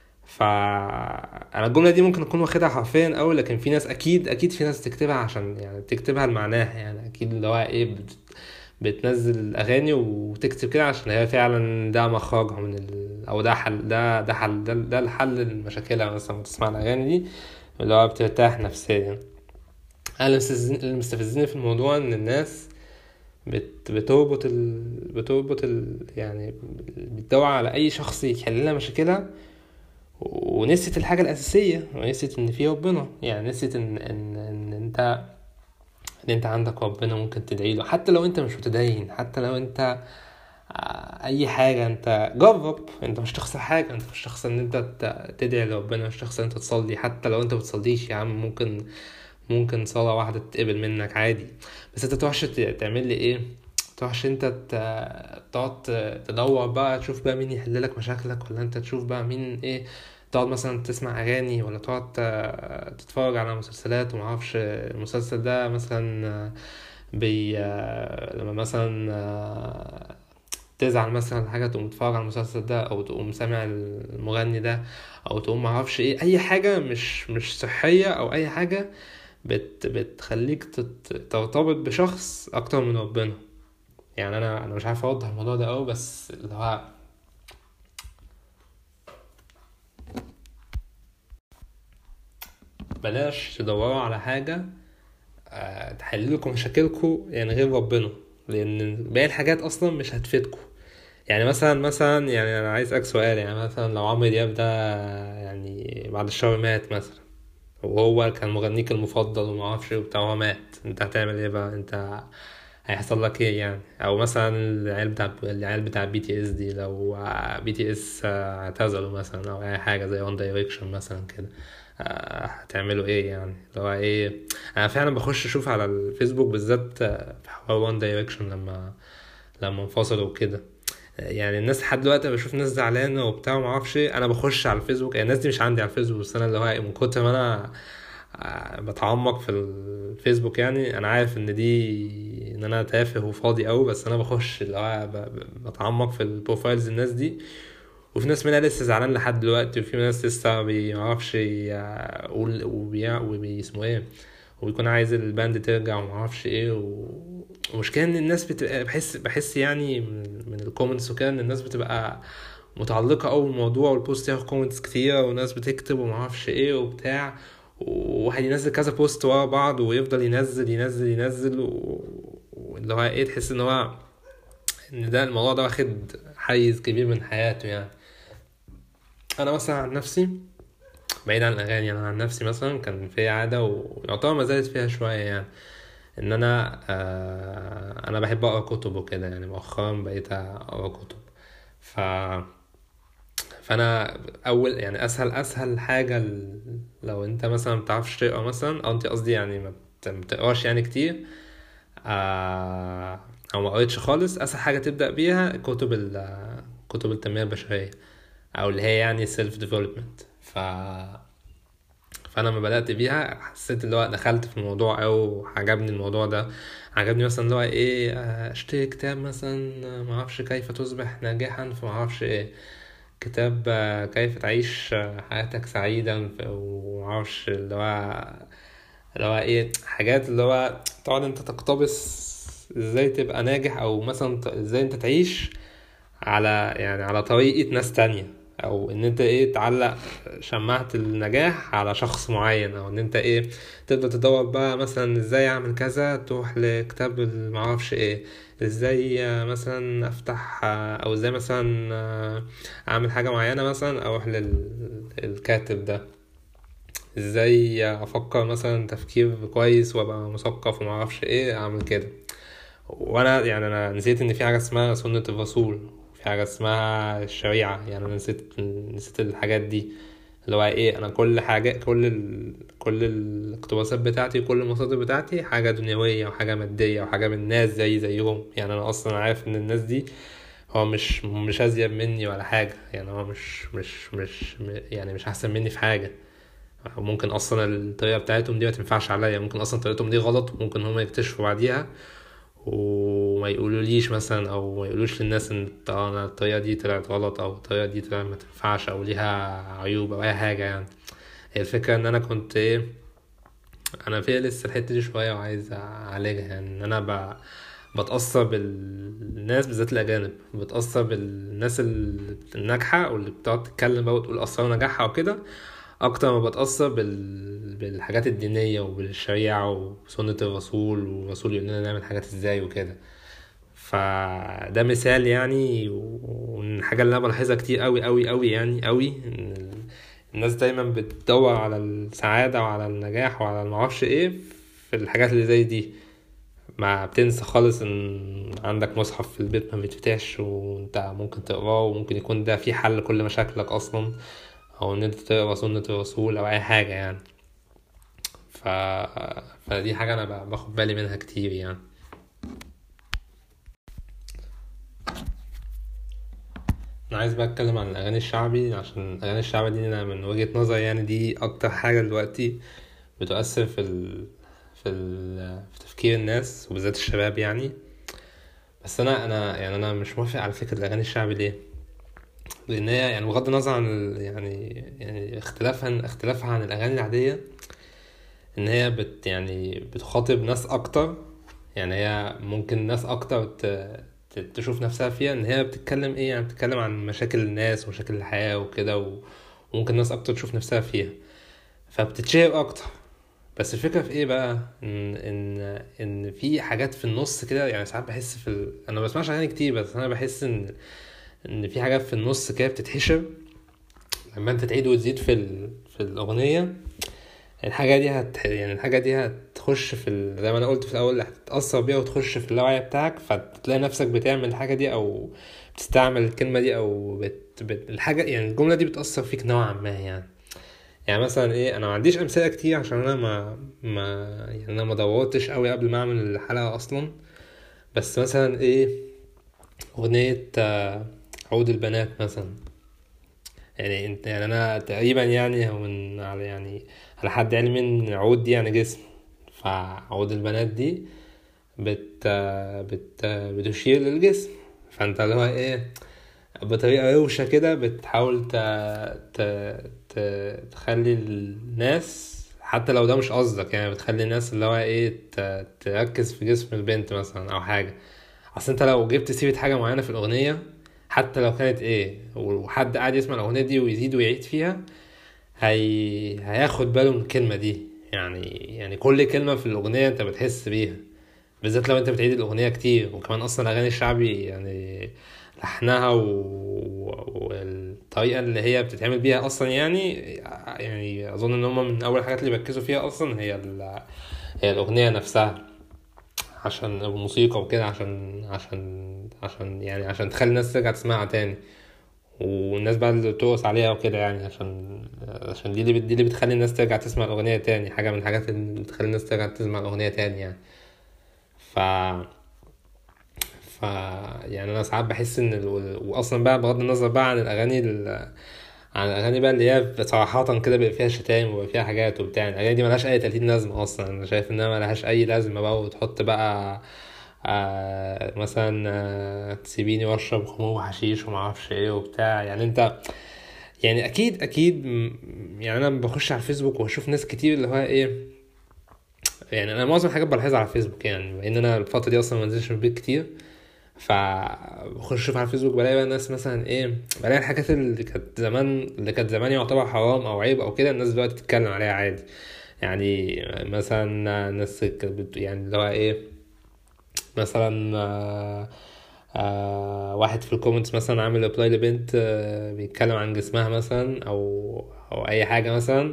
فأنا الجملة دي ممكن أكون واخدها حرفيا أوي، لكن في ناس أكيد أكيد في ناس تكتبها عشان يعني تكتبها لمعناها. يعني أكيد اللي هو إيه بت- بتنزل اغاني وتكتب كده عشان هي فعلا ده مخرجها من ال... او ده حل ده ده حل ده, ده الحل لمشاكلها. مثلا لما تسمع الاغاني دي اللي هو بترتاح نفسيا. انا اللي مستفزني اللي مستفزني في الموضوع ان الناس بت... بتربط ال... بتربط ال... يعني بتدور على اي شخص يحل لها مشاكلها، ونسيت الحاجة الأساسية، ونسيت إن في ربنا. يعني نسيت إن إن إن أنت إن أنت عندك ربنا ممكن تدعي له، حتى لو أنت مش متدين، حتى لو أنت اي حاجه. انت جرب، انت مش تخسر حاجه، انت مش تخسر ان انت ت- تدعي لربنا، مش تخسر ان انت تصلي. حتى لو انت بتصليش يا عم، ممكن ممكن صلاه واحده تتقبل منك عادي. بس انت تروحش ت- تعمل لي ايه، تروحش انت ت- تقعد ت- تدور بقى تشوف بقى مين يحل لك مشاكلك، ولا انت تشوف بقى مين ايه، تقعد مثلا تسمع اغاني، ولا تقعد ت- تتفرج على مسلسلات وما اعرفش المسلسل ده مثلا بي لما مثلا تزعل مثلا حاجة تقوم تتفرج على المسلسل ده، او تقوم سامع المغني ده، او تقوم معرفش ايه، اي حاجة مش مش صحية، او اي حاجة بت بتخليك تت- ترتبط بشخص اكتر من ربنا. يعني انا انا مش عارف اوضح الموضوع ده قوي، بس اللي هو بلاش تدوروا على حاجة آه، تحل لكم مشاكلكم يعني غير ربنا، لان باقي الحاجات اصلا مش هتفيدكم. يعني مثلا مثلا يعني انا عايز اسالك سؤال، يعني مثلا لو عمرو دياب ده يعني بعد الشهر مات مثلا، وهو كان مغنيك المفضل وما اعرفش إيه وبتاع، هو مات، انت هتعمل ايه بقى؟ انت هيحصل لك ايه يعني؟ او مثلا العيال بتاع العيال بتاع بي تي اس دي، لو بي تي اس اعتزلوا مثلا، او اي حاجه زي وان دايركشن مثلا كده، آه، هتعملوا ايه يعني؟ لو ايه، انا فعلا بخش اشوف على الفيسبوك بالذات آه، في حوار وان دايركشن لما لما انفصلوا وكده. يعني الناس لحد دلوقتي بشوف ناس زعلانه وبتاع وما اعرفش ايه، انا بخش على الفيسبوك، يعني الناس دي مش عندي على الفيسبوك، بس انا اللي هو إيه، من كتر ما انا آه، بتعمق في الفيسبوك، يعني انا عارف ان دي ان انا تافه وفاضي قوي، بس انا بخش اللي هو ب- ب- بتعمق في البروفايلز الناس دي. وفي ناس منها لسه زعلان لحد دلوقتي، وفي ناس لسه بيعرفش يقول وبيع وبي اسمه ايه، وبيكون عايز الباند ترجع وما اعرفش ايه و... ومشكلة ان الناس بتبقى بحس بحس يعني من, من الكومنتس وكده، ان الناس بتبقى متعلقة اوي بالموضوع، والبوست ياخد كومنتس كتيرة، وناس بتكتب وما اعرفش ايه وبتاع، وواحد ينزل كذا بوست ورا بعض، ويفضل ينزل ينزل ينزل و... واللي هو ايه، تحس ان هو ان ده الموضوع ده واخد حيز كبير من حياته يعني. انا مثلا عن نفسي، بعيد عن الاغاني، انا عن نفسي مثلا كان في عاده ويعتبر ما زالت فيها شويه، يعني ان انا آه انا بحب اقرا كتب وكده. يعني مؤخرا بقيت اقرا كتب. ف فانا اول يعني اسهل اسهل حاجه ال- لو انت مثلا ما بتعرفش تقرا مثلا، او انت قصدي يعني ما بت- ما بتقراش يعني كتير، آه او ما قريتش خالص، اسهل حاجه تبدا بيها كتب ال- كتب التنميه البشريه، او اللي هي يعني سيلف ديفلوبمنت. ف فانا لما بدات بيها حسيت اللي هو دخلت في الموضوع، او عجبني الموضوع ده. عجبني مثلا اللي هو ايه، آه، اشتري كتاب مثلا آه، ما اعرفش كيف تصبح ناجحا في ما اعرفش ايه، كتاب آه، كيف تعيش آه، حياتك سعيدا في- وما اعرفش اللي هو اللي هو ايه، حاجات اللي هو تقعد انت تقتبس ازاي تبقى ناجح، او مثلا ت- ازاي انت تعيش على يعني على طريقة ناس تانية، او ان انت ايه تعلق شماعة النجاح على شخص معين، او ان انت ايه تبدأ تدور بقى مثلا ازاي اعمل كذا، تروح لكتاب المعرفش ايه، ازاي آه، مثلا افتح آه، او ازاي مثلا آه، اعمل حاجة معينة، مثلا اروح للكاتب ده، ازاي افكر مثلا تفكير كويس وابقى مثقف ومعرفش ايه اعمل كده. وانا يعني انا نسيت ان في حاجه اسمها سنه الرسول، في حاجه اسمها الشريعه، يعني انا نسيت نسيت الحاجات دي. اللي هو ايه، انا كل حاجه، كل ال... كل الاقتباسات بتاعتي، كل المصادر بتاعتي حاجه دنيويه وحاجه ماديه وحاجه من الناس زي زيهم. يعني انا اصلا عارف ان الناس دي هو مش مش ازيد مني ولا حاجه، يعني هو مش مش مش يعني مش احسن مني في حاجه. ممكن اصلا الطريقه بتاعتهم دي ما تنفعش عليا، ممكن اصلا طريقتهم دي غلط، وممكن هم يكتشفوا بعديها وما يقولوليش مثلا، او ما يقولوش للناس ان الط- أنا الطريقه دي طلعت غلط، او الطريقه دي طلعت ما تنفعش، او ليها عيوب او اي حاجه يعني. هي الفكره ان انا كنت ايه، انا فيها لسه الحته دي شويه وعايز اعالجها. يعني ان انا ب... بتأثر بالناس، بالذات الأجانب، بتأثر بالناس ال- الناجحة واللي بتقعد تتكلم بقى وتقول أسرار نجاحها وكده، أكتر ما بتأثر بال... بالحاجات الدينية وبالشريعة وسنة الرسول، والرسول يقول لنا نعمل حاجات ازاي وكده. فده مثال يعني، والحاجة اللي أنا بلاحظها كتير أوي أوي أوي يعني أوي، إن ال- الناس دايما بتدور على السعادة وعلى النجاح وعلى المعرفش ايه في الحاجات اللي زي دي. ما بتنسى خالص ان عندك مصحف في البيت ما بيتفتحش وانت ممكن تقراه، وممكن يكون ده في حل كل مشاكلك اصلا، او ان انت تقرا سنة الرسول او اي حاجة يعني. ف... فدي حاجة انا ب- باخد بالي منها كتير يعني. انا عايز بقى اتكلم عن الاغاني الشعبي، عشان الاغاني الشعبي دي انا من وجهة نظري يعني دي اكتر حاجة دلوقتي بتؤثر في ال... في ال... في تفكير الناس وبالذات الشباب يعني. بس انا انا يعني انا مش موافق على فكرة الاغاني الشعبي. ليه؟ لان هي يعني بغض النظر عن ال... يعني يعني اختلافها اختلافها عن الاغاني العاديه، ان هي بت يعني بتخاطب ناس اكتر. يعني هي ممكن ناس اكتر ت... ت- تشوف نفسها فيها، ان هي بتتكلم ايه، يعني بتتكلم عن مشاكل الناس ومشاكل الحياه وكده، و... وممكن ناس اكتر تشوف نفسها فيها، فبتتشهر اكتر. بس الفكره في ايه بقى، ان ان ان في حاجات في النص كده. يعني ساعات بحس في ال... انا ما بسمعش اغاني كتير، بس انا بحس ان ان في حاجات في النص كده بتتحشر لما انت تعيد وتزيد في ال... في الاغنيه. الحاجه دي هت يعني الحاجه دي هتخش في ال... زي ما انا قلت في الاول، هتتاثر بيها وتخش في اللاوعي بتاعك، فتلاقي نفسك بتعمل الحاجه دي او بتستعمل الكلمه دي، او بت... بت... الحاجه يعني الجمله دي بتاثر فيك نوعا ما يعني. يعني مثلا ايه، انا ما عنديش امثله كتير عشان انا ما ما يعني انا ما دورتش قوي قبل ما اعمل الحلقه اصلا. بس مثلا ايه، اغنيه آه، عود البنات مثلا. يعني انت يعني انا تقريبا يعني هو من على يعني على حد علمي ان عود دي يعني جسم. فعود البنات دي بت بت بتشير للجسم. فانت اللي هو ايه، بطريقة روشة كده بتحاول ت... ت... ت... تخلي الناس، حتى لو ده مش قصدك يعني، بتخلي الناس اللي هو ايه ت... تركز في جسم البنت مثلا او حاجة. اصل انت لو جبت سيرة حاجة معينة في الاغنية، حتى لو كانت ايه، وحد قاعد يسمع الاغنية دي ويزيد ويعيد فيها، هي... هياخد باله من الكلمة دي. يعني يعني كل كلمة في الاغنية انت بتحس بيها، بالذات لو انت بتعيد الاغنية كتير. وكمان اصلا الاغاني الشعبي يعني لحنها و... والطريقة اللي هي بتتعمل بيها اصلا يعني يعني اظن ان هم من اول الحاجات اللي بيركزوا فيها اصلا هي ال... هي الاغنية نفسها، عشان الموسيقى وكده، عشان عشان عشان يعني عشان تخلي الناس ترجع تسمعها تاني، والناس بقى اللي ترقص عليها وكده. يعني عشان عشان دي اللي بت- دي اللي بتخلي الناس ترجع تسمع الاغنية تاني، حاجة من الحاجات اللي بتخلي الناس ترجع تسمع الاغنية تاني يعني. ف ف يعني انا ساعات بحس ان ال... واصلا بقى بغض النظر بقى عن الاغاني ال... عن الاغاني بقى اللي هي صراحه كده بيبقى فيها شتايم وبيبقى فيها حاجات وبتاع، الاغاني دي ملهاش اي تلاتين لازمه اصلا. انا شايف انها ملهاش اي لازمه بقى، وتحط بقى آه مثلا آه تسيبيني واشرب خمور وحشيش وما اعرفش ايه وبتاع. يعني انت يعني اكيد اكيد م- يعني انا بخش على الفيسبوك واشوف ناس كتير اللي هو ايه. يعني انا معظم الحاجات بلاحظها على الفيسبوك، يعني لان انا الفتره دي اصلا ما نزلتش من البيت كتير. فبخش اشوف على الفيسبوك بلاقي بقى الناس مثلا ايه، بلاقي الحاجات اللي كانت زمان اللي كانت زمان يعتبر حرام او عيب او كده، الناس دلوقتي تتكلم عليها عادي. يعني مثلا ناس كانت بت- يعني اللي هو ايه، مثلا آه آه واحد في الكومنتس مثلا عامل ابلاي لبنت آه بيتكلم عن جسمها مثلا، او او اي حاجه مثلا.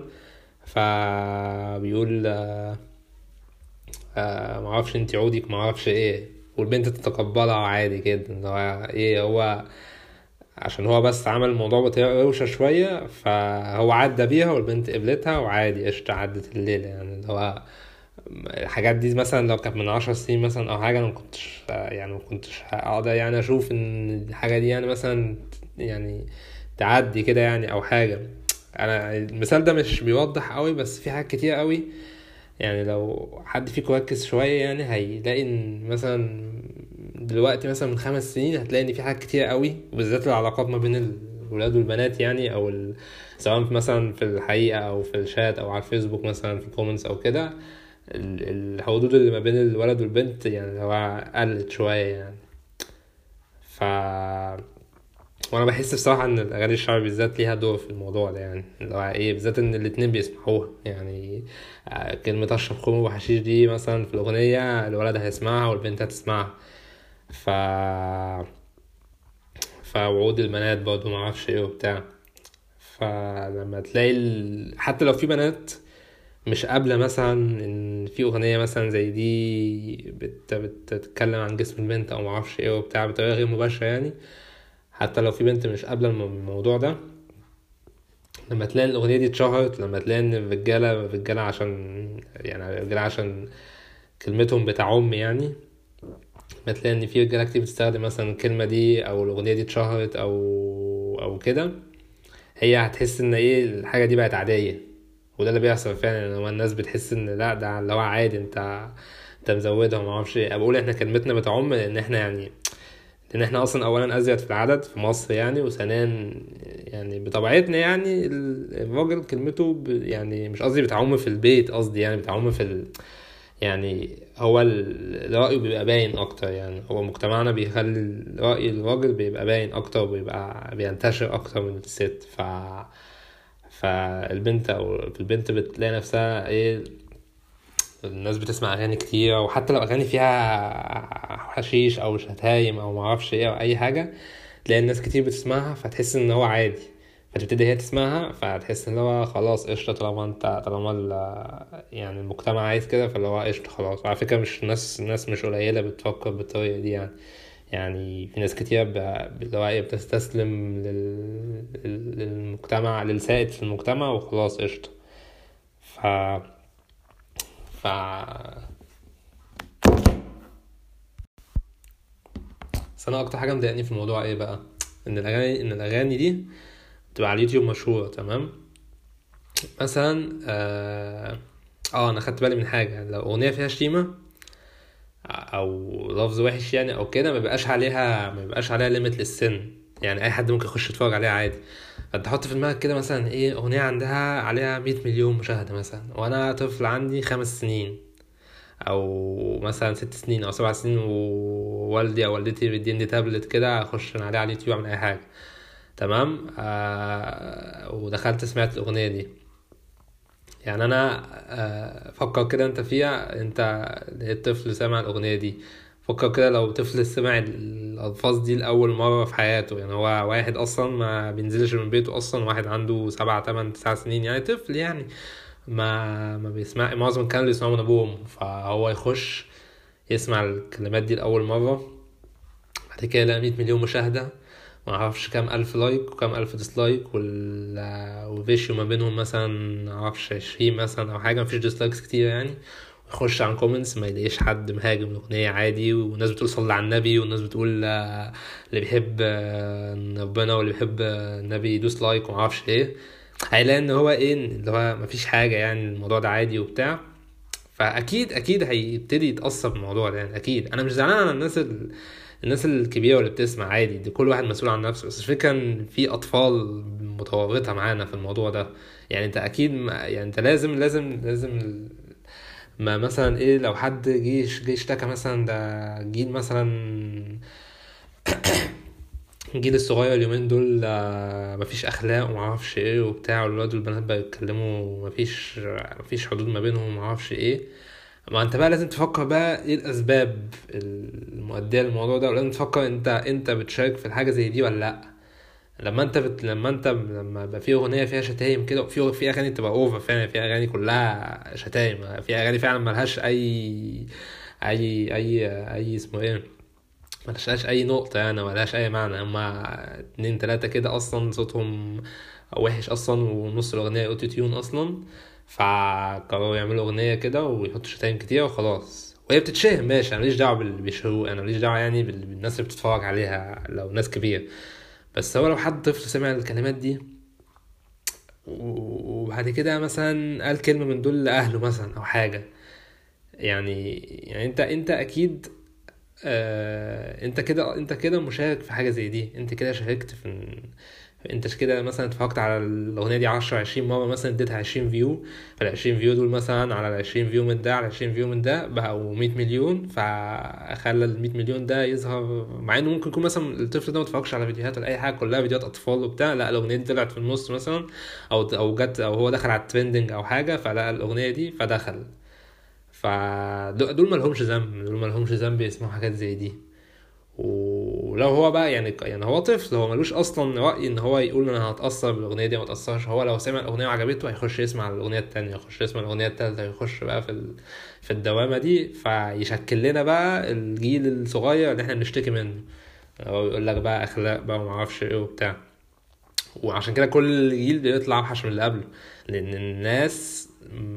فبيقول آه معرفش انت عودك معرفش ايه، والبنت تتقبلها عادي جدا، اللي هو ايه، هو عشان هو بس عمل الموضوع بطريقة روشة شوية فهو عدى بيها والبنت قبلتها وعادي قشطة عدت الليلة. يعني اللي هو الحاجات دي مثلا لو كانت من عشر سنين مثلا او حاجة انا مكنتش يعني مكنتش اقدر يعني اشوف ان الحاجة دي يعني مثلا يعني تعدي كده يعني او حاجة. انا المثال ده مش بيوضح قوي بس في حاجات كتير قوي. يعني لو حد فيكم ركز شوية يعني هيلاقي ان مثلا دلوقتي مثلا من خمس سنين هتلاقي ان في حاجات كتير قوي، وبالذات العلاقات ما بين الولاد والبنات يعني، او ال... سواء في مثلا في الحقيقة او في الشات او على الفيسبوك مثلا في كومنتس او كده، ال- الحدود اللي ما بين الولد والبنت يعني هو قلت شوية يعني. ف وانا بحس بصراحه ان الاغاني الشعبي بالذات ليها دور في الموضوع ده، يعني اللي هو ايه بالذات ان الاتنين بيسمعوها يعني. آه، كلمه اشرب خمر وحشيش دي مثلا في الاغنيه الولد هيسمعها والبنت هتسمعها. ف فوعود البنات برضه معرفش ايه وبتاع. فلما تلاقي ال... حتى لو في بنات مش قابلة مثلا ان في اغنية مثلا زي دي بت... بتتكلم عن جسم البنت او معرفش ايه وبتاع بطريقة غير مباشرة يعني، حتى لو في بنت مش قابلة الم- الموضوع ده، لما تلاقي الأغنية دي اتشهرت، لما تلاقي إن الرجالة الرجالة عشان يعني الرجالة عشان كلمتهم بتاع أم يعني، لما تلاقي إن في رجالة كتير بتستخدم مثلا الكلمة دي أو الأغنية دي اتشهرت أو أو كده، هي هتحس إن إيه الحاجة دي بقت عادية. وده اللي بيحصل فعلا، يعني لما الناس بتحس إن لأ ده اللي هو عادي، أنت أنت مزودها ومعرفش إيه. بقول إحنا كلمتنا بتعم لأن إحنا يعني لان احنا اصلا اولا ازيد في العدد في مصر يعني، وثانيا يعني بطبيعتنا يعني ال- الراجل كلمته ب يعني مش قصدي بتعم في البيت، قصدي يعني بتعم في ال يعني هو ال- الرأي بيبقى باين اكتر. يعني هو مجتمعنا بيخلي رأي الراجل بيبقى باين اكتر وبيبقى بينتشر اكتر من الست. ف فالبنت او في البنت بتلاقي نفسها ايه، الناس بتسمع اغاني كتير، وحتى لو اغاني فيها حشيش او شتايم او معرفش ايه او اي حاجه تلاقي الناس كتير بتسمعها فتحس ان هو عادي، فتبتدي هي تسمعها فتحس ان هو خلاص قشطه، طالما انت طالما ال- يعني المجتمع عايز كده فاللي هو قشطه خلاص. وعلى فكره مش ناس ناس مش قليله بتفكر بالطريقه دي يعني. يعني في ناس كتير ب- اللي هو ايه بتستسلم لل... لل- للمجتمع، للسائد في المجتمع وخلاص قشطه. ف ف بس انا اكتر حاجه مضايقاني في الموضوع ايه بقى، ان الاغاني ان الاغاني دي بتبقى على اليوتيوب مشهوره تمام. مثلا اه, آه انا خدت بالي من حاجه، لو اغنيه فيها شتيمه او لفظ وحش يعني او كده، ما بيبقاش عليها ما بيبقاش عليها ليميت للسن، يعني اي حد ممكن يخش يتفرج عليها عادي. فانت حط في دماغك كده مثلا ايه، اغنيه عندها عليها مية مليون مشاهده مثلا، وانا طفل عندي خمس سنين، او مثلا ست سنين، او سبع سنين، ووالدي او والدتي بيديني تابلت كده اخش أنا عليه على اليوتيوب اعمل اي حاجه تمام. آه ودخلت سمعت الاغنيه دي، يعني انا آه فكر كده انت فيها، انت لقيت طفل سمع الاغنيه دي، فكر كده لو طفل سمع الالفاظ دي لاول مره في حياته، يعني هو واحد اصلا ما بينزلش من بيته اصلا، واحد عنده سبعة تمن تسع سنين يعني طفل يعني، ما ما بيسمع، معظم الكلام اللي بيسمعه من ابوه وامه، فهو يخش يسمع الكلمات دي لأول مرة، بعد كده يلاقي مية مليون مشاهدة، ما اعرفش كام الف لايك وكام الف ديسلايك، وال وفيشيو ما بينهم مثلا ما اعرفش عشرين مثلا او حاجة، مفيش ديسلايكس كتير يعني. ويخش عن كومنتس ما يلاقيش حد مهاجم الأغنية عادي، والناس بتقول صلي على النبي، والناس بتقول آه، اللي بيحب آه، ربنا واللي بيحب آه، النبي يدوس لايك وما اعرفش ايه. هيلاقي ان هو ايه اللي هو مفيش حاجة، يعني الموضوع ده عادي وبتاع. فاكيد اكيد هيبتدي يتأثر بالموضوع ده يعني. اكيد انا مش زعلان على الناس ال... الناس الكبيرة اللي بتسمع عادي، دي كل واحد مسؤول عن نفسه، بس الفكرة ان في اطفال متورطة معانا في الموضوع ده. يعني انت اكيد ما... يعني انت لازم لازم لازم ما مثلا ايه، لو حد جيش جه اشتكى مثلا ده جيل مثلا الجيل الصغير اليومين دول آه، مفيش اخلاق ومعرفش ايه وبتاع، والولاد والبنات بقى يتكلموا مفيش مفيش حدود ما بينهم ومعرفش ايه. ما انت بقى لازم تفكر بقى ايه الاسباب المؤديه للموضوع ده، ولازم تفكر انت انت بتشارك في الحاجه زي دي ولا لا. لما انت بت... لما انت لما يبقى في اغنيه فيها شتايم كده، وفي في اغاني تبقى اوفر فعلا، في اغاني كلها شتايم، في اغاني فعلا ملهاش اي اي اي اي اسمه ايه، ملهاش اي نقطة يعني، ملهاش اي معنى. هما اتنين تلاتة كده اصلا صوتهم وحش اصلا، ونص الاغنية اوتو تيون اصلا، فقرروا يعملوا اغنية كده ويحطوا شتايم كتير وخلاص، وهي بتتشهر ماشي، انا ماليش دعوة باللي بيشهروه، انا ماليش دعوة يعني بال- بالناس اللي بتتفرج عليها لو ناس كبير. بس هو لو حد طفل سمع الكلمات دي و- وبعد كده مثلا قال كلمة من دول لأهله مثلا أو حاجة، يعني يعني انت انت اكيد، آه انت كده انت كده مشارك في حاجه زي دي، انت كده شاركت في، انت كده مثلا اتفرجت على الاغنيه دي عشرة عشرين مره مثلا، اديتها عشرين فيو، فال عشرين فيو دول مثلا على ال عشرين فيو من ده على عشرين فيو من ده بقوا مية مليون، فخلى ال مية مليون ده يظهر، مع انه ممكن يكون مثلا الطفل ده ما اتفرجش على فيديوهات ولا اي حاجه، كلها فيديوهات اطفال وبتاع، لا الاغنيه دي طلعت في النص مثلا، او او جت او هو دخل على الترندنج او حاجه فلقى الاغنيه دي فدخل. فدول ما لهمش ذنب، دول ما لهمش ذنب يسمعوا حاجات زي دي. ولو هو بقى يعني يعني هو طفل، هو ملوش اصلا رأي ان هو يقول انا هتأثر بالاغنيه دي ما اتأثرش، هو لو سمع الاغنيه وعجبته هيخش يسمع الاغنيه التانية، يخش يسمع الاغنيه التالتة، يخش بقى في ال... في الدوامه دي، فيشكل لنا بقى الجيل الصغير اللي احنا بنشتكي منه. هو يقول لك بقى اخلاق بقى وما اعرفش ايه وبتاع، وعشان كده كل جيل بيطلع اوحش من اللي قبله، لان الناس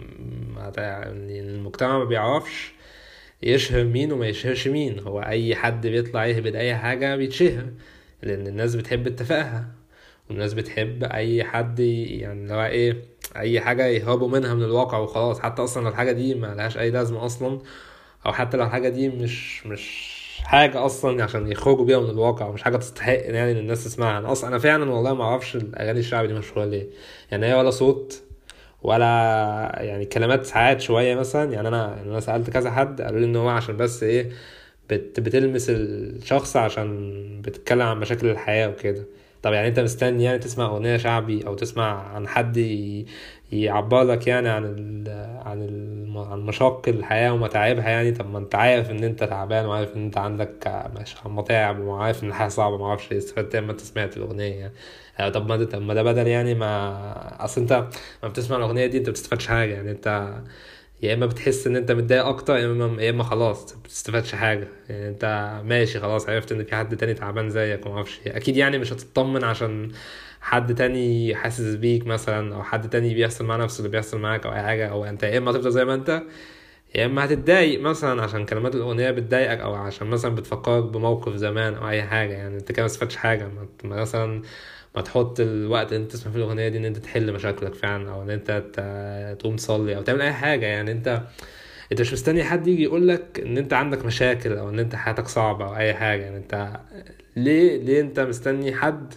م- ما تع- يعني المجتمع ما بيعرفش يشهر مين وما يشهرش مين، هو اي حد بيطلع يهبد اي حاجة بيتشهر، لان الناس بتحب التفاهة، والناس بتحب اي حد ي- يعني لو ايه، اي حاجة يهربوا منها من الواقع وخلاص، حتى اصلا لو الحاجة دي ما لهاش اي لازمة اصلا، او حتى لو الحاجة دي مش مش حاجة اصلا عشان يخرجوا بيها من الواقع، ومش حاجة تستحق يعني ان الناس تسمعها. انا اصلا انا فعلا والله ما اعرفش الاغاني الشعبي دي مشهورة ليه، يعني هي ولا صوت ولا يعني كلمات ساعات شوية مثلا، يعني أنا يعني أنا سألت كذا حد قالوا لي إن هو عشان بس إيه، بت بتلمس الشخص عشان بتتكلم عن مشاكل الحياة وكده. طب يعني انت مستني يعني تسمع اغنية شعبي او تسمع عن حد ي- يعبر لك يعني عن ال عن ال عن مشاق الحياة ومتاعبها يعني؟ طب ما انت عارف ان انت تعبان، وعارف ان انت عندك مش متاعب، وعارف ان الحياة صعبة، ما اعرفش ايه استفدت لما انت سمعت الاغنية يعني؟ آه، طب ما ده طب ما ده بدل يعني، ما اصل انت ما بتسمع الاغنية دي انت بتستفادش حاجة يعني، انت يا اما بتحس ان انت متضايق اكتر، يا اما يا اما خلاص بتستفادش حاجه يعني، انت ماشي خلاص عرفت ان في حد تاني تعبان زيك وما اعرفش ايه، اكيد يعني مش هتطمن عشان حد تاني حاسس بيك مثلا، او حد تاني بيحصل معاه نفس اللي بيحصل معاك او اي حاجه، او انت يا اما هتفضل زي ما انت، يا اما هتتضايق مثلا عشان كلمات الاغنيه بتضايقك، او عشان مثلا بتفكرك بموقف زمان او اي حاجه، يعني انت كده ما استفدتش حاجه. ما ما مثلا ما تحط الوقت اللي انت تسمع فيه الاغنيه دي ان انت تحل مشاكلك فعلا، او ان انت ت- تقوم تصلي او تعمل اي حاجه يعني. انت انت مش مستني حد يجي يقولك ان انت عندك مشاكل او ان انت حياتك صعبة او اي حاجة يعني. انت ليه ليه انت مستني حد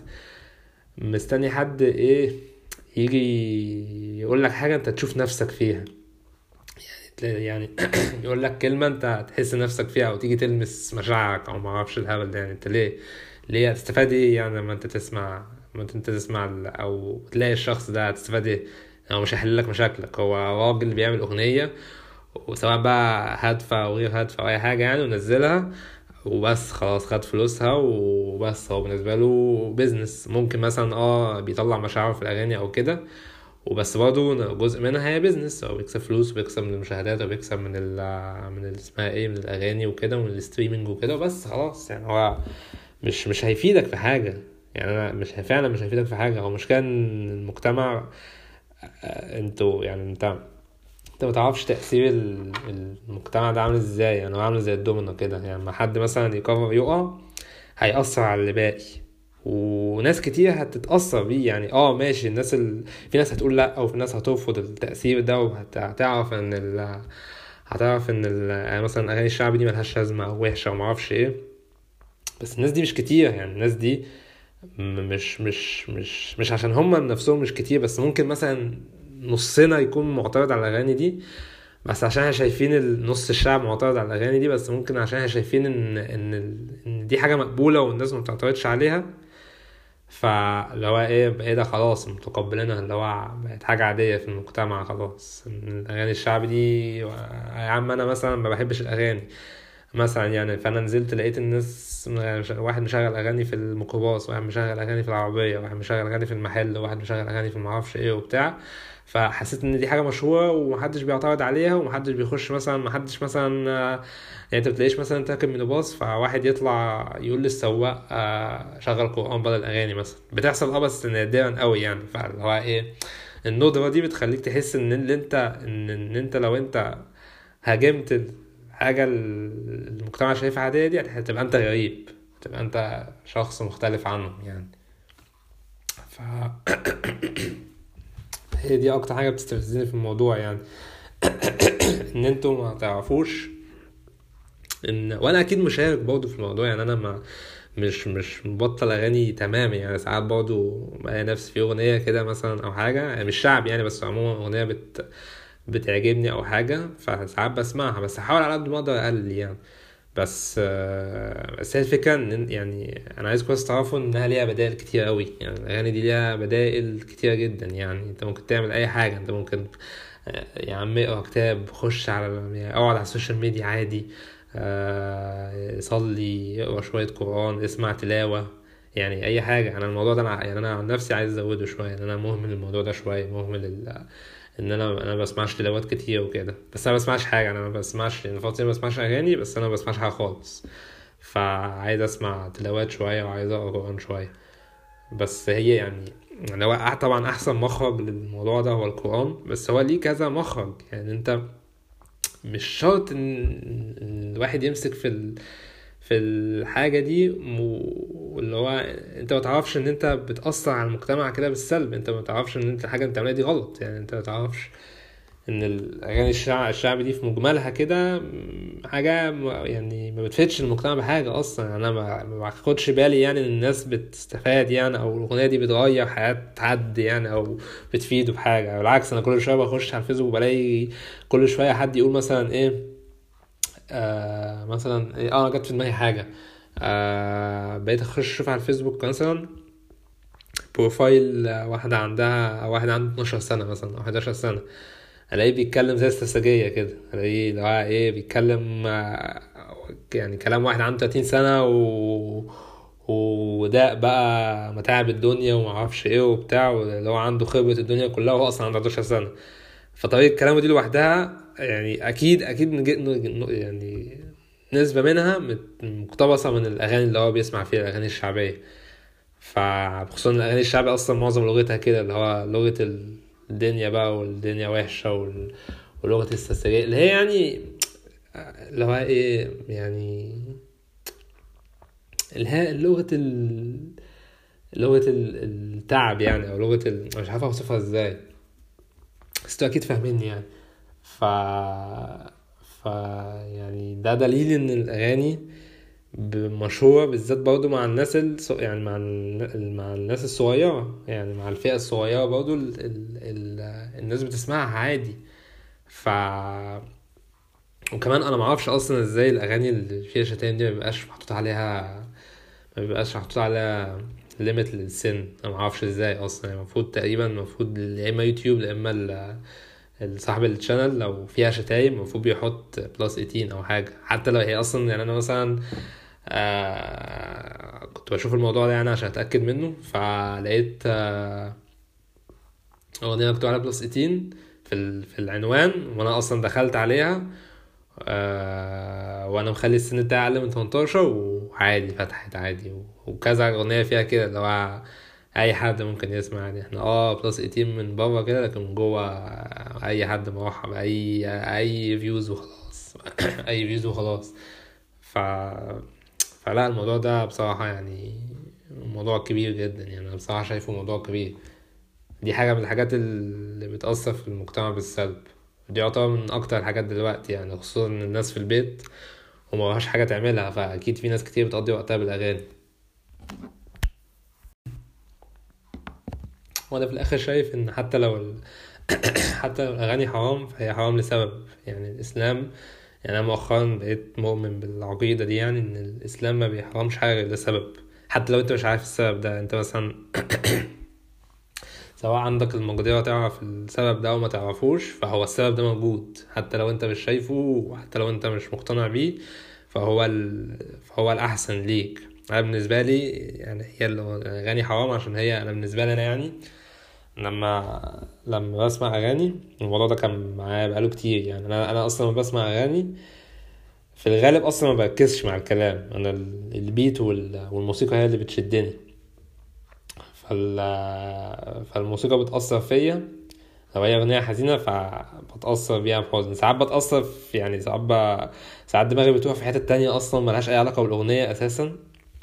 مستني حد ايه يجي يقولك حاجة انت تشوف نفسك فيها؟ تلاقي يعني يقولك كلمة انت تحس نفسك فيها، او تيجي تلمس مشاعرك او ما اعرفش الهبل ده يعني. انت ليه ليه هتستفاد ايه يعني لما انت تسمع لما انت تسمع ال- او تلاقي الشخص ده هتستفاد ايه؟ هو مش هيحل لك مشاكلك، هو راجل بيعمل اغنية، وسواء بقى هادفة أو غير هادفة أو أي حاجة يعني، ونزلها وبس خلاص خد فلوسها وبس. هو بالنسبة له بيزنس، ممكن مثلا اه بيطلع مشاعره في الأغاني أو كده، وبس برضه جزء منها هي بيزنس، هو بيكسب فلوس وبيكسب من المشاهدات وبيكسب من ال من ال- اسمها ايه، من الأغاني وكده ومن الستريمينج وكده، بس خلاص يعني هو مش مش هيفيدك في حاجة يعني. أنا مش فعلا مش هيفيدك في حاجة. هو مش كان المجتمع، آه، انتوا يعني انت انت ما تعرفش تأثير ال- المجتمع ده عامل ازاي يعني، هو عامل زي الدومينو كده يعني، لما حد مثلا يقرر يقع هيأثر على اللي باقي، وناس كتير هتتأثر بيه يعني. اه ماشي، الناس ال... في ناس هتقول لا، او في ناس هترفض التأثير ده، وهتعرف ان ال... هتعرف ان ال... يعني مثلا اغاني الشعب دي ملهاش لازمة او وحشة او معرفش ايه. بس الناس دي مش كتير يعني، الناس دي م- مش مش مش مش عشان هم نفسهم مش كتير، بس ممكن مثلا نصنا يكون معترض على الاغاني دي، بس عشان احنا شايفين ال- نص الشعب معترض على الاغاني دي، بس ممكن عشان احنا شايفين ان ان ال- ان دي حاجه مقبوله والناس ما بتعترضش عليها، فاللي هو ايه ايه ده خلاص متقبلينها، اللي هو بقت حاجه عاديه في المجتمع خلاص ان الاغاني الشعب دي. يا عم انا مثلا ما بحبش الاغاني، مثلا يعني. فانا نزلت لقيت الناس مش- واحد مشغل اغاني في الميكروباص، واحد مشغل اغاني في العربيه، واحد مشغل اغاني في المحل، واحد مشغل اغاني في المعرفش ايه وبتاع. فحسيت ان دي حاجه مشهوره ومحدش بيعترض عليها، ومحدش بيخش مثلا، محدش مثلا آه، يعني انت بتلاقيش مثلا انت راكب مينيباص فواحد يطلع يقول للسواق آه، شغل قرآن بدل الاغاني مثلا. بتحصل اه بس نادرا قوي يعني. فاللي هو ايه، الندرة دي بتخليك تحس ان اللي انت ان, إن انت لو انت هاجمت الحاجة اللي المجتمع شايفها عادية دي، هتبقى انت غريب، هتبقى انت شخص مختلف عنهم يعني. فهي دي اكتر حاجة بتستفزني في الموضوع يعني. ان انتوا ما تعرفوش ان، وانا اكيد مشارك برضه في الموضوع يعني. انا ما مش مش مبطل اغاني تماما يعني. ساعات برضه بلاقي نفسي في اغنيه كده مثلا او حاجه، يعني مش شعب يعني، بس عموما اغنيه بت بتعجبني او حاجه، فساعات بسمعها، بس احاول على قد ما اقدر اقلل يعني. بس آه، بس هي الفكره ان يعني انا عايز كويس تعرفوا انها ليها بدائل كتير قوي يعني. الاغاني دي ليها بدائل كتير جدا يعني. انت ممكن تعمل اي حاجه. انت ممكن آه، يا عم اقرا كتاب، خش على يعني اقعد على السوشيال ميديا عادي، آه، صلي، اقرا شويه قران، اسمع تلاوه، يعني اي حاجه. انا الموضوع ده انا يعني انا عن نفسي عايز ازوده شويه يعني. انا مهمل الموضوع ده شويه، مهمل ال- ان انا انا بسمعش تلاوات كتير وكده. بس انا بسمعش حاجه، انا ما بسمعش يعني الفتره دي، ما بسمعش اغاني، بس انا ما بسمعش حاجه خالص. فعايز اسمع تلاوات شويه وعايز اقرا قران شويه. بس هي يعني يعني هو أح- طبعا احسن مخرج للموضوع ده هو القران، بس هو ليه كذا مخرج يعني. انت مش شرط ان إن الواحد يمسك في ال... في الحاجة دي و- واللي هو انت ما تعرفش ان انت بتأثر على المجتمع كده بالسلب. انت ما تعرفش ان انت الحاجة اللي بتعملها دي غلط يعني. انت ما تعرفش ان الاغاني الشعب الشعبي دي في مجملها كده م- حاجه م- يعني ما بتفيدش المجتمع بحاجه اصلا يعني. انا ما ما باخدش بالي يعني ان الناس بتستفاد يعني، او الاغنيه دي بتغير حياه حد يعني، او بتفيده بحاجه. بالعكس، انا كل شويه بخش على الفيسبوك بلاقي كل شويه حد يقول مثلا ايه، آه مثلا إيه، اه جت في دماغي حاجه. آه بقيت اخش اشوف على الفيسبوك مثلا بروفايل واحده عندها، واحد عنده اتناشر سنه مثلا او حداشر سنه، الاقيه بيتكلم زي السرسجية كده. الاقيه اللي هو ايه بيتكلم آه، يعني كلام واحد عنده تلاتين سنة و وده بقى متاعب الدنيا ومعرفش ايه وبتاع، اللي هو عنده خبرة الدنيا كلها وهو اصلا عنده حداشر سنة. فطريقة كلامه دي لوحدها يعني اكيد اكيد نج- نج- يعني نسبة منها مت- مقتبسة من الاغاني اللي هو بيسمع فيها، الاغاني الشعبية. فبخصوصا الاغاني الشعبي اصلا معظم لغتها كده، اللي هو لغة الدنيا بقى، والدنيا وحشة وال... ولغة السرسجية اللي هي يعني اللي هو ايه يعني، اللي هي لغة ال... لغة ال- التعب يعني، او لغة ال... مش عارف اوصفها ازاي، بس انتوا اكيد فاهميني يعني. ف ف يعني ده دليل ان الاغاني مشهورة بالذات برضو مع الناس الص... يعني مع ال... مع الناس الصغيرة يعني، مع الفئة الصغيرة برضو ال... ال... ال... الناس بتسمعها عادي. ف وكمان انا معرفش اصلا ازاي الاغاني اللي فيها شتايم دي مبيبقاش محطوط عليها، ما بيبقاش محطوط عليها ليميت للسن. انا معرفش ازاي اصلا يعني. المفروض تقريبا المفروض يا اما يوتيوب يا اما ال- صاحب الشانل لو فيها شتايم المفروض بيحط بلس تمنتاشر او حاجه. حتى لو هي اصلا يعني انا مثلا آه كنت بشوف الموضوع ده يعني عشان اتاكد منه، فلقيت آه اغنيه مكتوب عليها بلس تمنتاشر في ال- في العنوان، وانا اصلا دخلت عليها آه وانا مخلي السن بتاعي اقل من تمنتاشر، وعادي فتحت عادي. وكذا اغنيه فيها كده اللي هو اي حد ممكن يسمع يعني. احنا اه بلس تمنتاشر من بره كده، لكن من جوه اي حد مرحب، اي اي فيوز وخلاص. اي فيوز وخلاص. ف فلا الموضوع ده بصراحه يعني موضوع كبير جدا يعني. انا بصراحه شايفه موضوع كبير. دي حاجة من الحاجات اللي بتأثر في المجتمع بالسلب. دي يعتبر من أكتر الحاجات دلوقتي يعني، خصوصا إن الناس في البيت وما وراهاش حاجة تعملها، فأكيد في ناس كتير بتقضي وقتها بالأغاني. وأنا في الآخر شايف إن حتى لو ال... حتى لو الأغاني حرام فهي حرام لسبب يعني. الإسلام يعني، أنا مؤخرا بقيت مؤمن بالعقيدة دي يعني، إن الإسلام ما بيحرمش حاجة غير لسبب. حتى لو أنت مش عارف السبب ده، أنت مثلا سواء عندك المقدرة تعرف السبب ده او ما تعرفوش، فهو السبب ده موجود حتى لو انت مش شايفه، وحتى لو انت مش مقتنع بيه، فهو ال... فهو الأحسن ليك. أنا بالنسبة لي يعني هي الأغاني حرام، عشان هي أنا بالنسبة لي أنا يعني لما لما بسمع أغاني، الموضوع ده كان معايا بقاله كتير يعني. أنا أنا أصلا لما بسمع أغاني في الغالب أصلا ما بركزش مع الكلام، أنا ال- البيت وال... والموسيقى هي اللي بتشدني. فال... فالموسيقى بتأثر فيا. لو هي أغنية حزينة فبتأثر بيها بحزن، ساعات بتأثر في يعني ساعات ب... ساعات دماغي بتروح في حتة تانية أصلا ملهاش أي علاقة بالأغنية أساسا،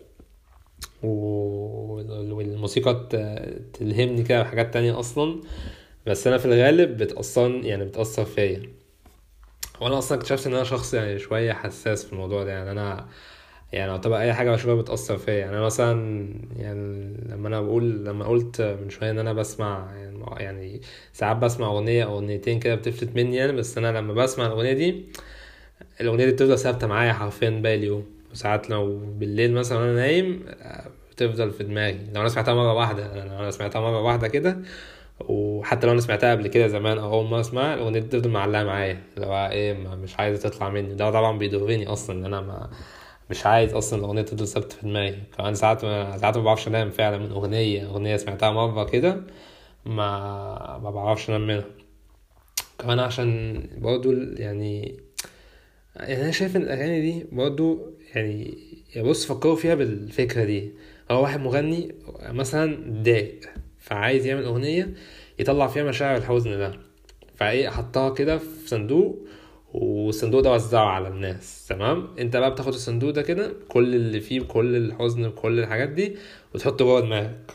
و- والموسيقى ت- تلهمني كده بحاجات تانية أصلا. بس أنا في الغالب بتأثر يعني بتأثر فيا. وأنا أصلا اكتشفت إن أنا شخص يعني شوية حساس في الموضوع ده. يعني أنا يعني طبعا اي حاجه بشوفها بتاثر فيا. يعني انا مثلا يعني لما انا بقول لما قلت من شويه ان انا بسمع يعني, يعني ساعات بسمع اغنيه او اغنيتين كده بتفلت مني يعني. بس انا لما بسمع الاغنيه دي الاغنيه دي بتفضل ثابته معايا حرفيا باقي اليوم. وساعات لو بالليل مثلا وانا نايم آه، بتفضل في دماغي. لو انا سمعتها مره واحده لو انا سمعتها مره واحده كده، وحتى لو انا سمعتها قبل كده زمان او اول ما اسمعها الاغنيه دي بتفضل معلقه معايا. لو ايه ما- مش عايزه تطلع مني. ده طبعا بيضرني اصلا ان انا ما مش عايز اصلا الاغنيه تفضل ثابته في دماغي. كمان ساعات ما ساعات ما بعرفش انام فعلا من اغنيه اغنيه سمعتها مره كده، ما ما بعرفش انام منها. كمان عشان برضو ال- يعني يعني انا شايف ان الاغاني دي برضو يعني يا بص فكروا فيها بالفكره دي. هو واحد مغني مثلا ضايق فعايز يعمل اغنيه يطلع فيها مشاعر الحزن ده، فايه حطها كده في صندوق، والصندوق ده وزعه على الناس. تمام، انت بقى بتاخد الصندوق ده كده كل اللي فيه بكل الحزن بكل الحاجات دي وتحطه جوه دماغك.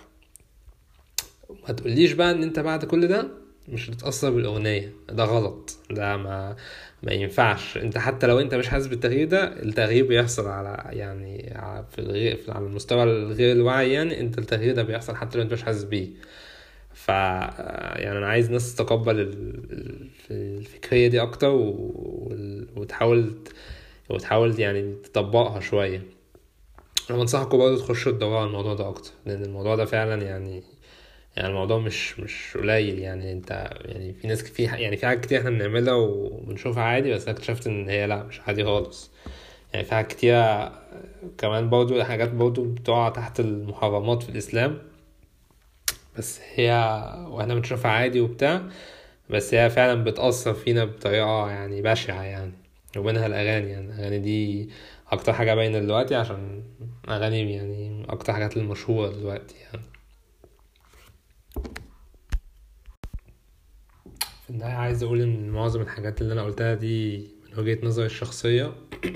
ما تقوليش بقى ان انت بعد كل ده مش هتتأثر بالأغنية. ده غلط، ده ما ما ينفعش. انت حتى لو انت مش حاسس بالتغيير ده، التغيير بيحصل على يعني ع- في الغير في على المستوى الغير الواعي. يعني انت التغيير ده بيحصل حتى لو انت مش حاسس بيه. ف يعني انا عايز ناس تتقبل ال- ال- الفكرية دي اكتر، و... وتحاول وتحاول يعني تطبقها شوية. انا بنصحكم برضه تخشوا تدوروا على الموضوع ده اكتر، لان الموضوع ده فعلا يعني يعني الموضوع مش مش قليل. يعني انت يعني في ناس في يعني في حاجات كتير احنا بنعملها وبنشوفها عادي، بس انا اكتشفت ان هي لا مش عادي خالص. يعني في حاجات كتير كمان برضو حاجات برضو بتقع تحت المحرمات في الاسلام، بس هي واحنا بنشوفها عادي وبتاع، بس هي فعلا بتأثر فينا بطريقة يعني بشعة يعني. ومنها الأغاني. يعني الأغاني دي أكتر حاجة باينة دلوقتي، عشان أغاني يعني أكتر حاجات المشهورة دلوقتي يعني. في النهاية عايز أقول إن معظم الحاجات اللي أنا قلتها دي من وجهة نظري الشخصية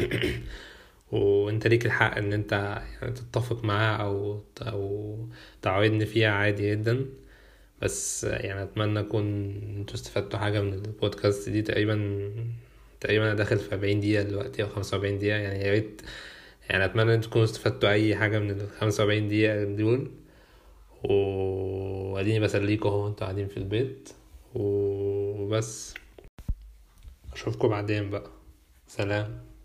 وأنت ليك الحق إن أنت يعني تتفق معاها أو أو تعارضني فيها عادي جدا. بس يعني أتمنى أكون انتوا استفدتوا حاجة من البودكاست دي. تقريبا تقريبا أنا داخل في أربعين دقيقة دلوقتي أو خمسة وأربعين دقيقة يعني. يا ريت يعني أتمنى إن تكونوا استفدتوا أي حاجة من الخمسة وأربعين دقيقة دول. وأديني بسليكوا اهو انتوا قاعدين في البيت وبس. اشوفكم بعدين بقى. سلام.